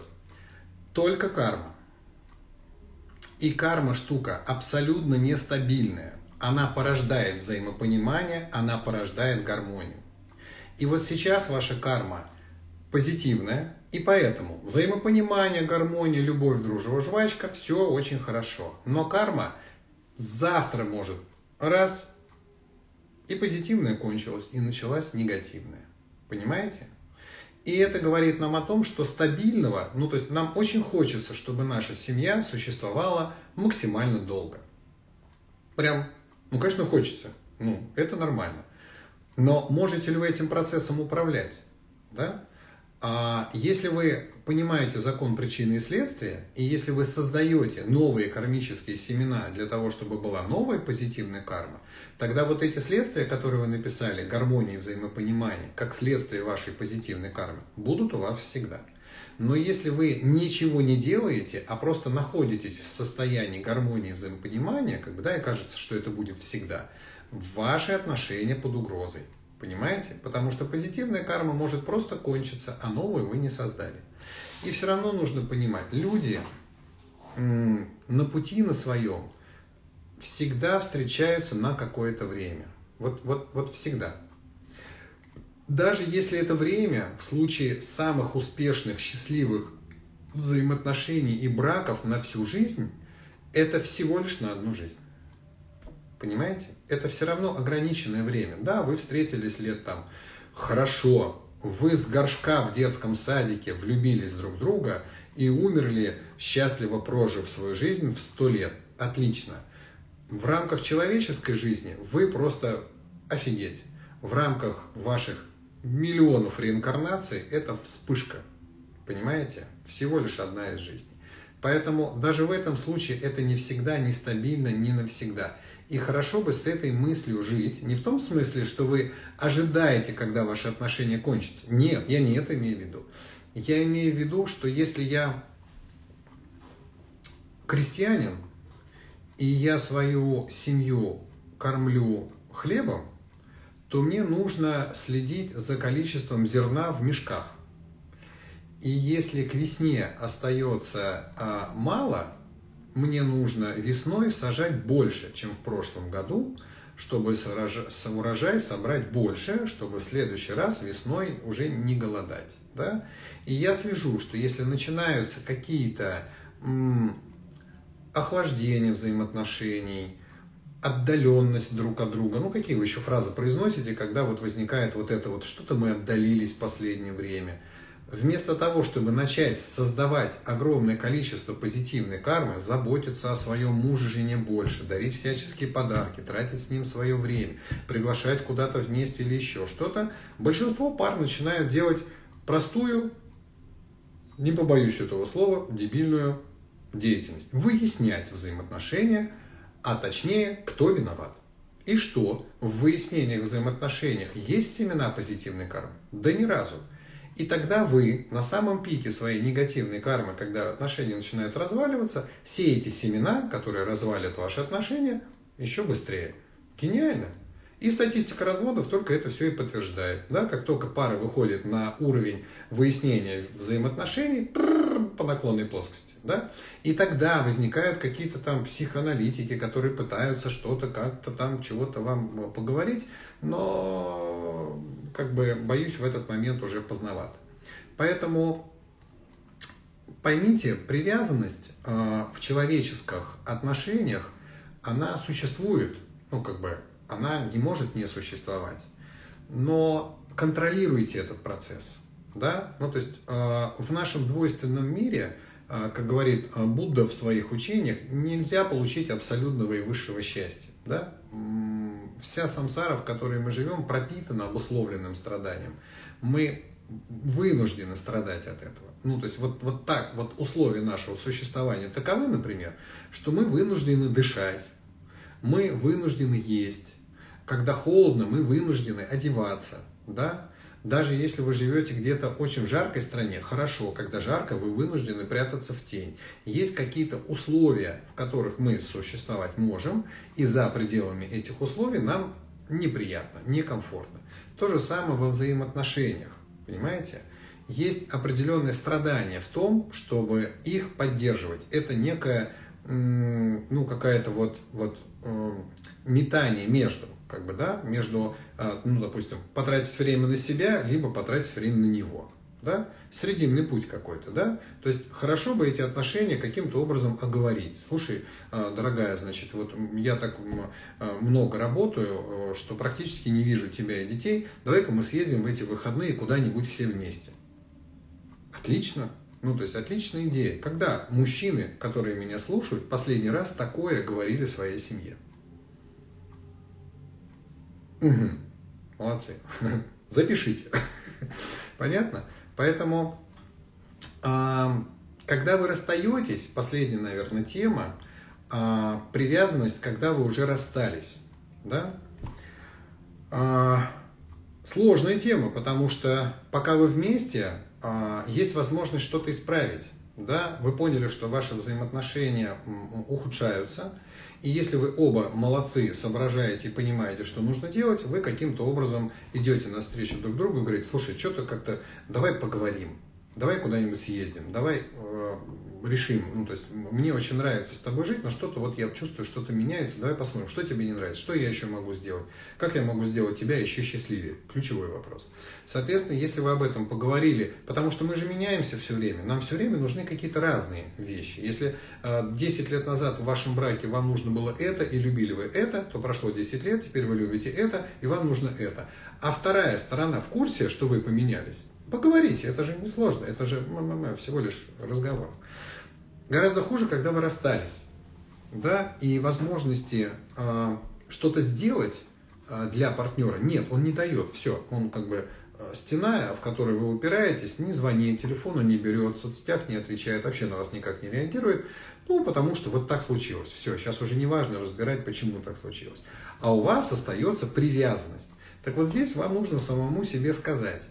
Только карма. И карма штука абсолютно нестабильная. она порождает взаимопонимание, она порождает гармонию. И вот сейчас ваша карма позитивная, и поэтому взаимопонимание, гармония, любовь, дружба, жвачка, все очень хорошо. Но карма завтра может раз, и позитивная кончилась, и началась негативная. Понимаете? И это говорит нам о том, что стабильного, ну то есть нам очень хочется, чтобы наша семья существовала максимально долго. Прям, ну конечно хочется, ну это нормально. Но можете ли вы этим процессом управлять? Да? А если вы понимаете закон причины и следствия, и если вы создаете новые кармические семена для того, чтобы была новая позитивная карма, тогда вот эти следствия, которые вы написали, гармония и взаимопонимание, как следствие вашей позитивной кармы, будут у вас всегда. Но если вы ничего не делаете, а просто находитесь в состоянии гармонии и взаимопонимания, как бы, да, и кажется, что это будет всегда, ваши отношения под угрозой. Понимаете? Потому что позитивная карма может просто кончиться, а новую вы не создали. И все равно нужно понимать, люди м, на пути на своем всегда встречаются на какое-то время. Вот, вот, вот всегда. Даже если это время, в случае самых успешных, счастливых взаимоотношений и браков на всю жизнь, это всего лишь на одну жизнь. Понимаете? Это все равно ограниченное время. Да, вы встретились лет там хорошо, вы с горшка в детском садике влюбились друг в друга и умерли, счастливо прожив свою жизнь в сто лет. Отлично. В рамках человеческой жизни вы просто офигеть. В рамках ваших миллионов реинкарнаций это вспышка. Понимаете? Всего лишь одна из жизней. Поэтому даже в этом случае это не всегда, не стабильно, не навсегда. И хорошо бы с этой мыслью жить. Не в том смысле, что вы ожидаете, когда ваши отношения кончатся. Нет, я не это имею в виду. Я имею в виду, что если я крестьянин, и я свою семью кормлю хлебом, то мне нужно следить за количеством зерна в мешках. И если к весне остается а, мало, мне нужно весной сажать больше, чем в прошлом году, чтобы с урожай собрать больше, чтобы в следующий раз весной уже не голодать. Да? И я слежу, что если начинаются какие-то м, охлаждения взаимоотношений, отдаленность друг от друга, ну какие вы еще фразы произносите, когда вот возникает вот это вот, что-то мы отдалились в последнее время. Вместо того, чтобы начать создавать огромное количество позитивной кармы, заботиться о своем муже, жене больше, дарить всяческие подарки, тратить с ним свое время, приглашать куда-то вместе или еще что-то, большинство пар начинают делать простую, не побоюсь этого слова, дебильную деятельность. Выяснять взаимоотношения, а точнее, кто виноват. И что, в выяснениях взаимоотношениях есть семена позитивной кармы? Да ни разу. И тогда вы на самом пике своей негативной кармы, когда отношения начинают разваливаться, сеете семена, которые развалят ваши отношения еще быстрее. Гениально. И статистика разводов только это все и подтверждает. Да? Как только пара выходит на уровень выяснения взаимоотношений, по наклонной плоскости, да? И тогда возникают какие-то там психоаналитики, которые пытаются что-то как-то там, чего-то вам поговорить, но как бы боюсь в этот момент уже поздновато. Поэтому поймите, привязанность э, в человеческих отношениях, она существует, ну как бы она не может не существовать, но контролируйте этот процесс. Да? Ну, то есть э, в нашем двойственном мире, э, как говорит Будда в своих учениях, нельзя получить абсолютного и высшего счастья. Да? Вся самсара, в которой мы живем, пропитана обусловленным страданием. Мы вынуждены страдать от этого. Ну, то есть вот, вот так, вот условия нашего существования таковы, например, что мы вынуждены дышать, мы вынуждены есть. Когда холодно, мы вынуждены одеваться. Да? Даже если вы живете где-то в очень жаркой стране, хорошо, когда жарко, вы вынуждены прятаться в тень. Есть какие-то условия, в которых мы существовать можем, и за пределами этих условий нам неприятно, некомфортно. То же самое во взаимоотношениях, понимаете? Есть определенное страдание в том, чтобы их поддерживать. Это некая, ну, какая-то вот, вот э, метание между, как бы, да, между, э, ну, допустим, потратить время на себя, либо потратить время на него. Да? Срединный путь какой-то, да? То есть хорошо бы эти отношения каким-то образом оговорить. Слушай, дорогая, значит, вот я так много работаю, что практически не вижу тебя и детей. Давай-ка мы съездим в эти выходные куда-нибудь все вместе. Отлично. Ну, то есть отличная идея. Когда мужчины, которые меня слушают, последний раз такое говорили своей семье? Угу. Молодцы. Запишите. Понятно? Поэтому, когда вы расстаетесь, последняя, наверное, тема, привязанность, когда вы уже расстались. Да? Сложная тема, потому что пока вы вместе, есть возможность что-то исправить. Да? Вы поняли, что ваши взаимоотношения ухудшаются, и если вы оба молодцы, соображаете и понимаете, что нужно делать, вы каким-то образом идете навстречу друг другу и говорите: слушай, что-то как-то, давай поговорим, давай куда-нибудь съездим, давай э, решим. Ну, то есть мне очень нравится с тобой жить, но что-то вот я чувствую, что-то меняется, давай посмотрим, что тебе не нравится, что я еще могу сделать, как я могу сделать тебя еще счастливее. Ключевой вопрос. Соответственно, если вы об этом поговорили, потому что мы же меняемся все время, нам все время нужны какие-то разные вещи. Если э, десять лет назад в вашем браке вам нужно было это и любили вы это, то прошло десять лет, теперь вы любите это и вам нужно это. А вторая сторона в курсе, что вы поменялись. Поговорите, это же не сложно, это же всего лишь разговор. Гораздо хуже, когда вы расстались, да, и возможности э, что-то сделать э, для партнера нет, он не дает, все, он как бы э, стена, в которой вы упираетесь, не звонит, телефона не берет, в соцсетях не отвечает, вообще на вас никак не реагирует, ну, потому что вот так случилось, все, сейчас уже не важно разбирать, почему так случилось, а у вас остается привязанность. Так вот здесь вам нужно самому себе сказать: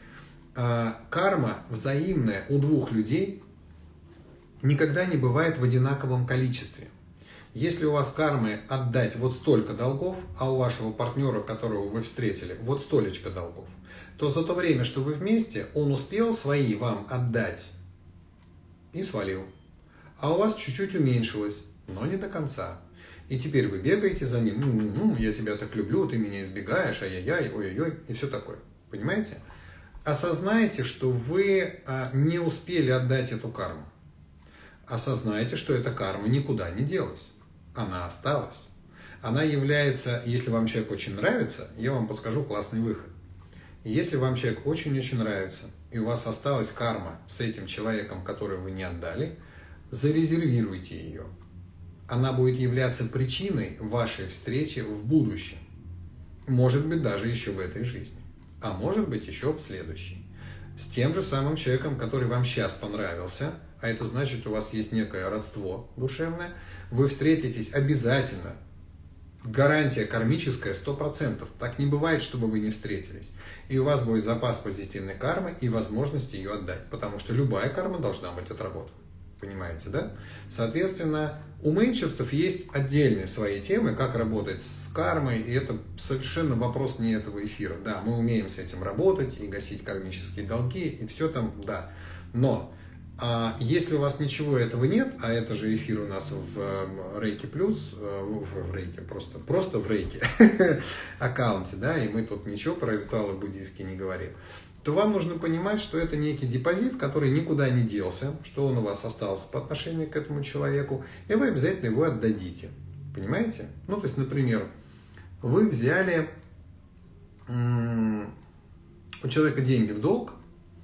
карма взаимная у двух людей никогда не бывает в одинаковом количестве. Если у вас кармы отдать вот столько долгов, а у вашего партнера, которого вы встретили, вот столечко долгов, то за то время, что вы вместе, он успел свои вам отдать и свалил. А у вас чуть-чуть уменьшилось, но не до конца. И теперь вы бегаете за ним: ну-ну-ну, я тебя так люблю, ты меня избегаешь, ай-яй-яй, ой-ой-ой, и все такое. Понимаете? Осознайте, что вы не успели отдать эту карму. Осознайте, что эта карма никуда не делась. Она осталась. Она является, если вам человек очень нравится, я вам подскажу классный выход. Если вам человек очень-очень нравится, и у вас осталась карма с этим человеком, который вы не отдали, зарезервируйте ее. Она будет являться причиной вашей встречи в будущем. Может быть, даже еще в этой жизни. А может быть, еще в следующей. С тем же самым человеком, который вам сейчас понравился, а это значит, у вас есть некое родство душевное, вы встретитесь обязательно. Гарантия кармическая сто процентов. Так не бывает, чтобы вы не встретились. И у вас будет запас позитивной кармы и возможность ее отдать. Потому что любая карма должна быть отработана. Понимаете, да? Соответственно, у меньшевцев есть отдельные свои темы, как работать с кармой, и это совершенно вопрос не этого эфира. Да, мы умеем с этим работать и гасить кармические долги, и все там, да. Но а если у вас ничего этого нет, а это же эфир у нас в Рейки Плюс, в, в Рейке, просто, просто в Рейке аккаунте, да, и мы тут ничего про ритуалы буддийские не говорим, то вам нужно понимать, что это некий депозит, который никуда не делся, что он у вас остался по отношению к этому человеку, и вы обязательно его отдадите. Понимаете? Ну, то есть, например, вы взяли у человека деньги в долг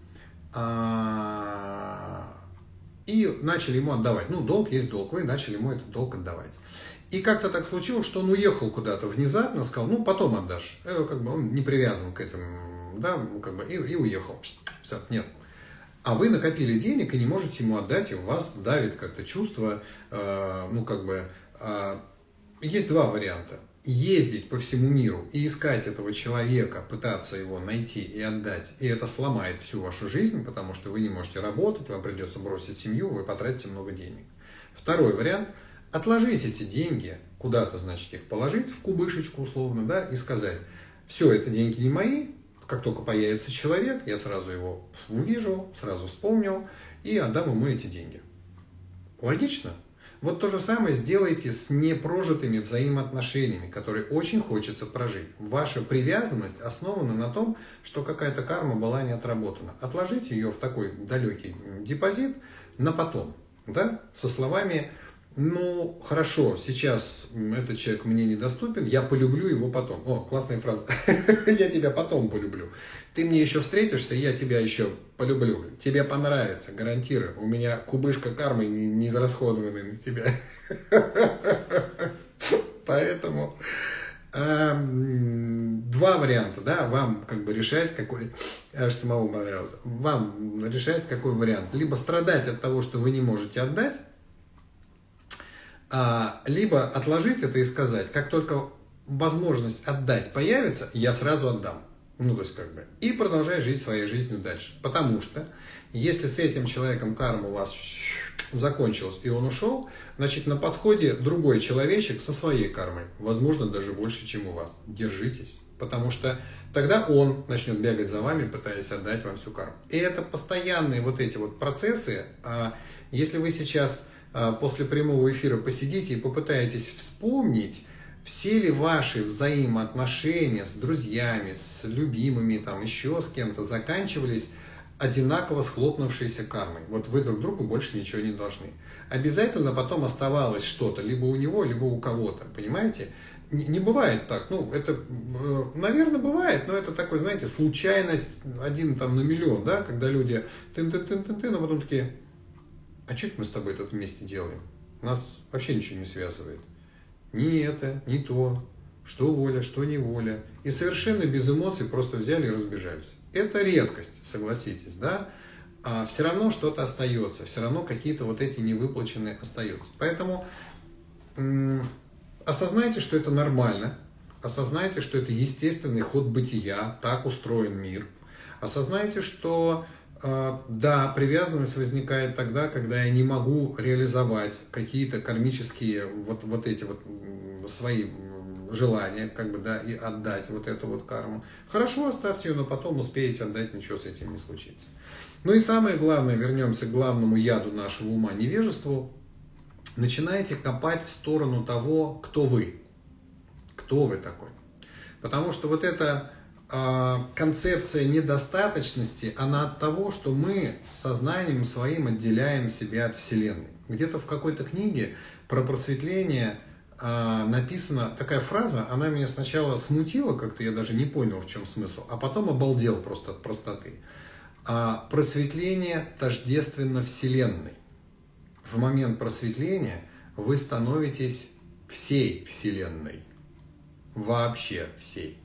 и начали ему отдавать. Ну, долг есть долг, вы начали ему этот долг отдавать. И как-то так случилось, что он уехал куда-то внезапно, сказал: ну, потом отдашь. Как бы он не привязан к этому. Да, как бы, и, и уехал. Все, нет. А вы накопили денег и не можете ему отдать, и у вас давит как-то чувство, э, ну, как бы, э, есть два варианта. Ездить по всему миру и искать этого человека, пытаться его найти и отдать, и это сломает всю вашу жизнь, потому что вы не можете работать, вам придется бросить семью, вы потратите много денег. Второй вариант: отложить эти деньги, куда-то, значит, их положить в кубышечку условно, да, и сказать: все, это деньги не мои. Как только появится человек, я сразу его увижу, сразу вспомнил и отдам ему эти деньги. Логично? Вот то же самое сделайте с непрожитыми взаимоотношениями, которые очень хочется прожить. Ваша привязанность основана на том, что какая-то карма была не отработана. Отложите ее в такой далекий депозит на потом, да, со словами: ну, хорошо, сейчас этот человек мне недоступен, я полюблю его потом. О, классная фраза. Я тебя потом полюблю. Ты мне еще встретишься, я тебя еще полюблю. Тебе понравится, гарантирую. У меня кубышка кармы не, не израсходованная на тебя. Поэтому э, два варианта, да, вам как бы решать, какой, аж самому понравился, вам решать, какой вариант. Либо страдать от того, что вы не можете отдать, а, либо отложить это и сказать: как только возможность отдать появится, я сразу отдам. Ну, то есть, как бы, и продолжай жить своей жизнью дальше. Потому что, если с этим человеком карма у вас закончилась и он ушел, значит, на подходе другой человечек со своей кармой. Возможно, даже больше, чем у вас. Держитесь. Потому что тогда он начнет бегать за вами, пытаясь отдать вам всю карму. И это постоянные вот эти вот процессы. Если вы сейчас после прямого эфира посидите и попытаетесь вспомнить, все ли ваши взаимоотношения с друзьями, с любимыми, там еще с кем-то заканчивались одинаково схлопнувшейся кармой. Вот вы друг другу больше ничего не должны. Обязательно потом оставалось что-то, либо у него, либо у кого-то, понимаете? Не, не бывает так. Ну, это, наверное, бывает, но это такой, знаете, случайность один там на миллион, да, когда люди тын-тын-тын-тын-тын, а потом такие: а что мы с тобой тут вместе делаем? Нас вообще ничего не связывает. Ни это, ни то, что воля, что не воля. И совершенно без эмоций просто взяли и разбежались. Это редкость, согласитесь, да? А все равно что-то остается, все равно какие-то вот эти невыплаченные остаются. Поэтому м- осознайте, что это нормально, осознайте, что это естественный ход бытия, так устроен мир. Осознайте, что да, привязанность возникает тогда, когда я не могу реализовать какие-то кармические вот, вот эти вот свои желания, как бы, да, и отдать вот эту вот карму. Хорошо, оставьте ее, но потом успеете отдать, ничего с этим не случится. Ну и самое главное, вернемся к главному яду нашего ума, невежеству. Начинайте копать в сторону того, кто вы. Кто вы такой. Потому что вот это концепция недостаточности, она от того, что мы сознанием своим отделяем себя от Вселенной. Где-то в какой-то книге про просветление написана такая фраза, она меня сначала смутила, как-то я даже не понял, в чем смысл, а потом обалдел просто от простоты. Просветление тождественно Вселенной. В момент просветления вы становитесь всей Вселенной. Вообще всей.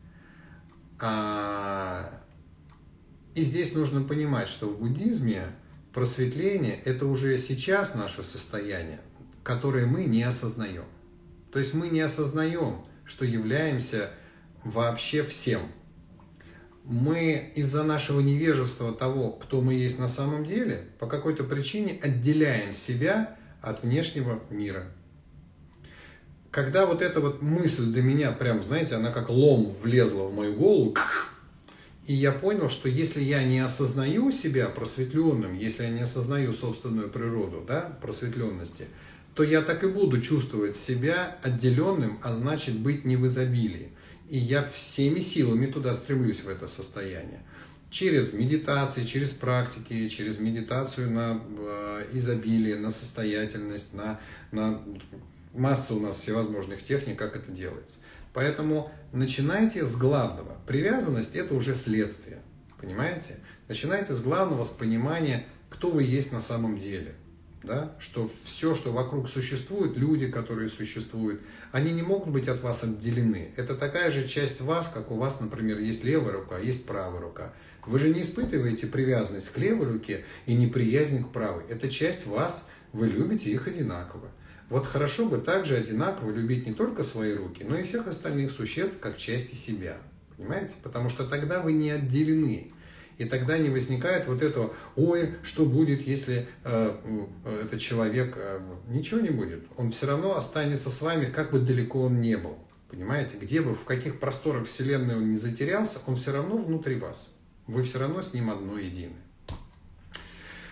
И здесь нужно понимать, что в буддизме просветление – это уже сейчас наше состояние, которое мы не осознаем. То есть мы не осознаем, что являемся вообще всем. Мы из-за нашего невежества того, кто мы есть на самом деле, по какой-то причине отделяем себя от внешнего мира. Когда вот эта вот мысль до меня, прям, знаете, она как лом влезла в мою голову, и я понял, что если я не осознаю себя просветленным, если я не осознаю собственную природу, да, просветленности, то я так и буду чувствовать себя отделенным, а значит быть не в изобилии. И я всеми силами туда стремлюсь, в это состояние. Через медитации, через практики, через медитацию на э, изобилие, на состоятельность, на... на масса у нас всевозможных техник, как это делается. Поэтому начинайте с главного. Привязанность – это уже следствие. Понимаете? Начинайте с главного, с понимания, кто вы есть на самом деле. Да? Что все, что вокруг существует, люди, которые существуют, они не могут быть от вас отделены. Это такая же часть вас, как у вас, например, есть левая рука, есть правая рука. Вы же не испытываете привязанность к левой руке и неприязнь к правой. Это часть вас, вы любите их одинаково. Вот хорошо бы также одинаково любить не только свои руки, но и всех остальных существ как части себя. Понимаете? Потому что тогда вы не отделены. И тогда не возникает вот этого: ой, что будет, если э, этот человек... Э, ничего не будет. Он все равно останется с вами, как бы далеко он не был. Понимаете? Где бы, в каких просторах Вселенной он не затерялся, он все равно внутри вас. Вы все равно с ним одно едины.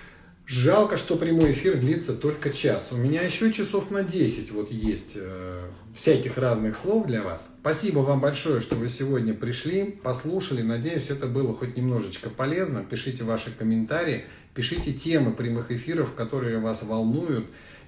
Жалко, что прямой эфир длится только час. У меня еще часов на десять вот есть э, всяких разных слов для вас. Спасибо вам большое, что вы сегодня пришли, послушали. Надеюсь, это было хоть немножечко полезно. Пишите ваши комментарии, пишите темы прямых эфиров, которые вас волнуют.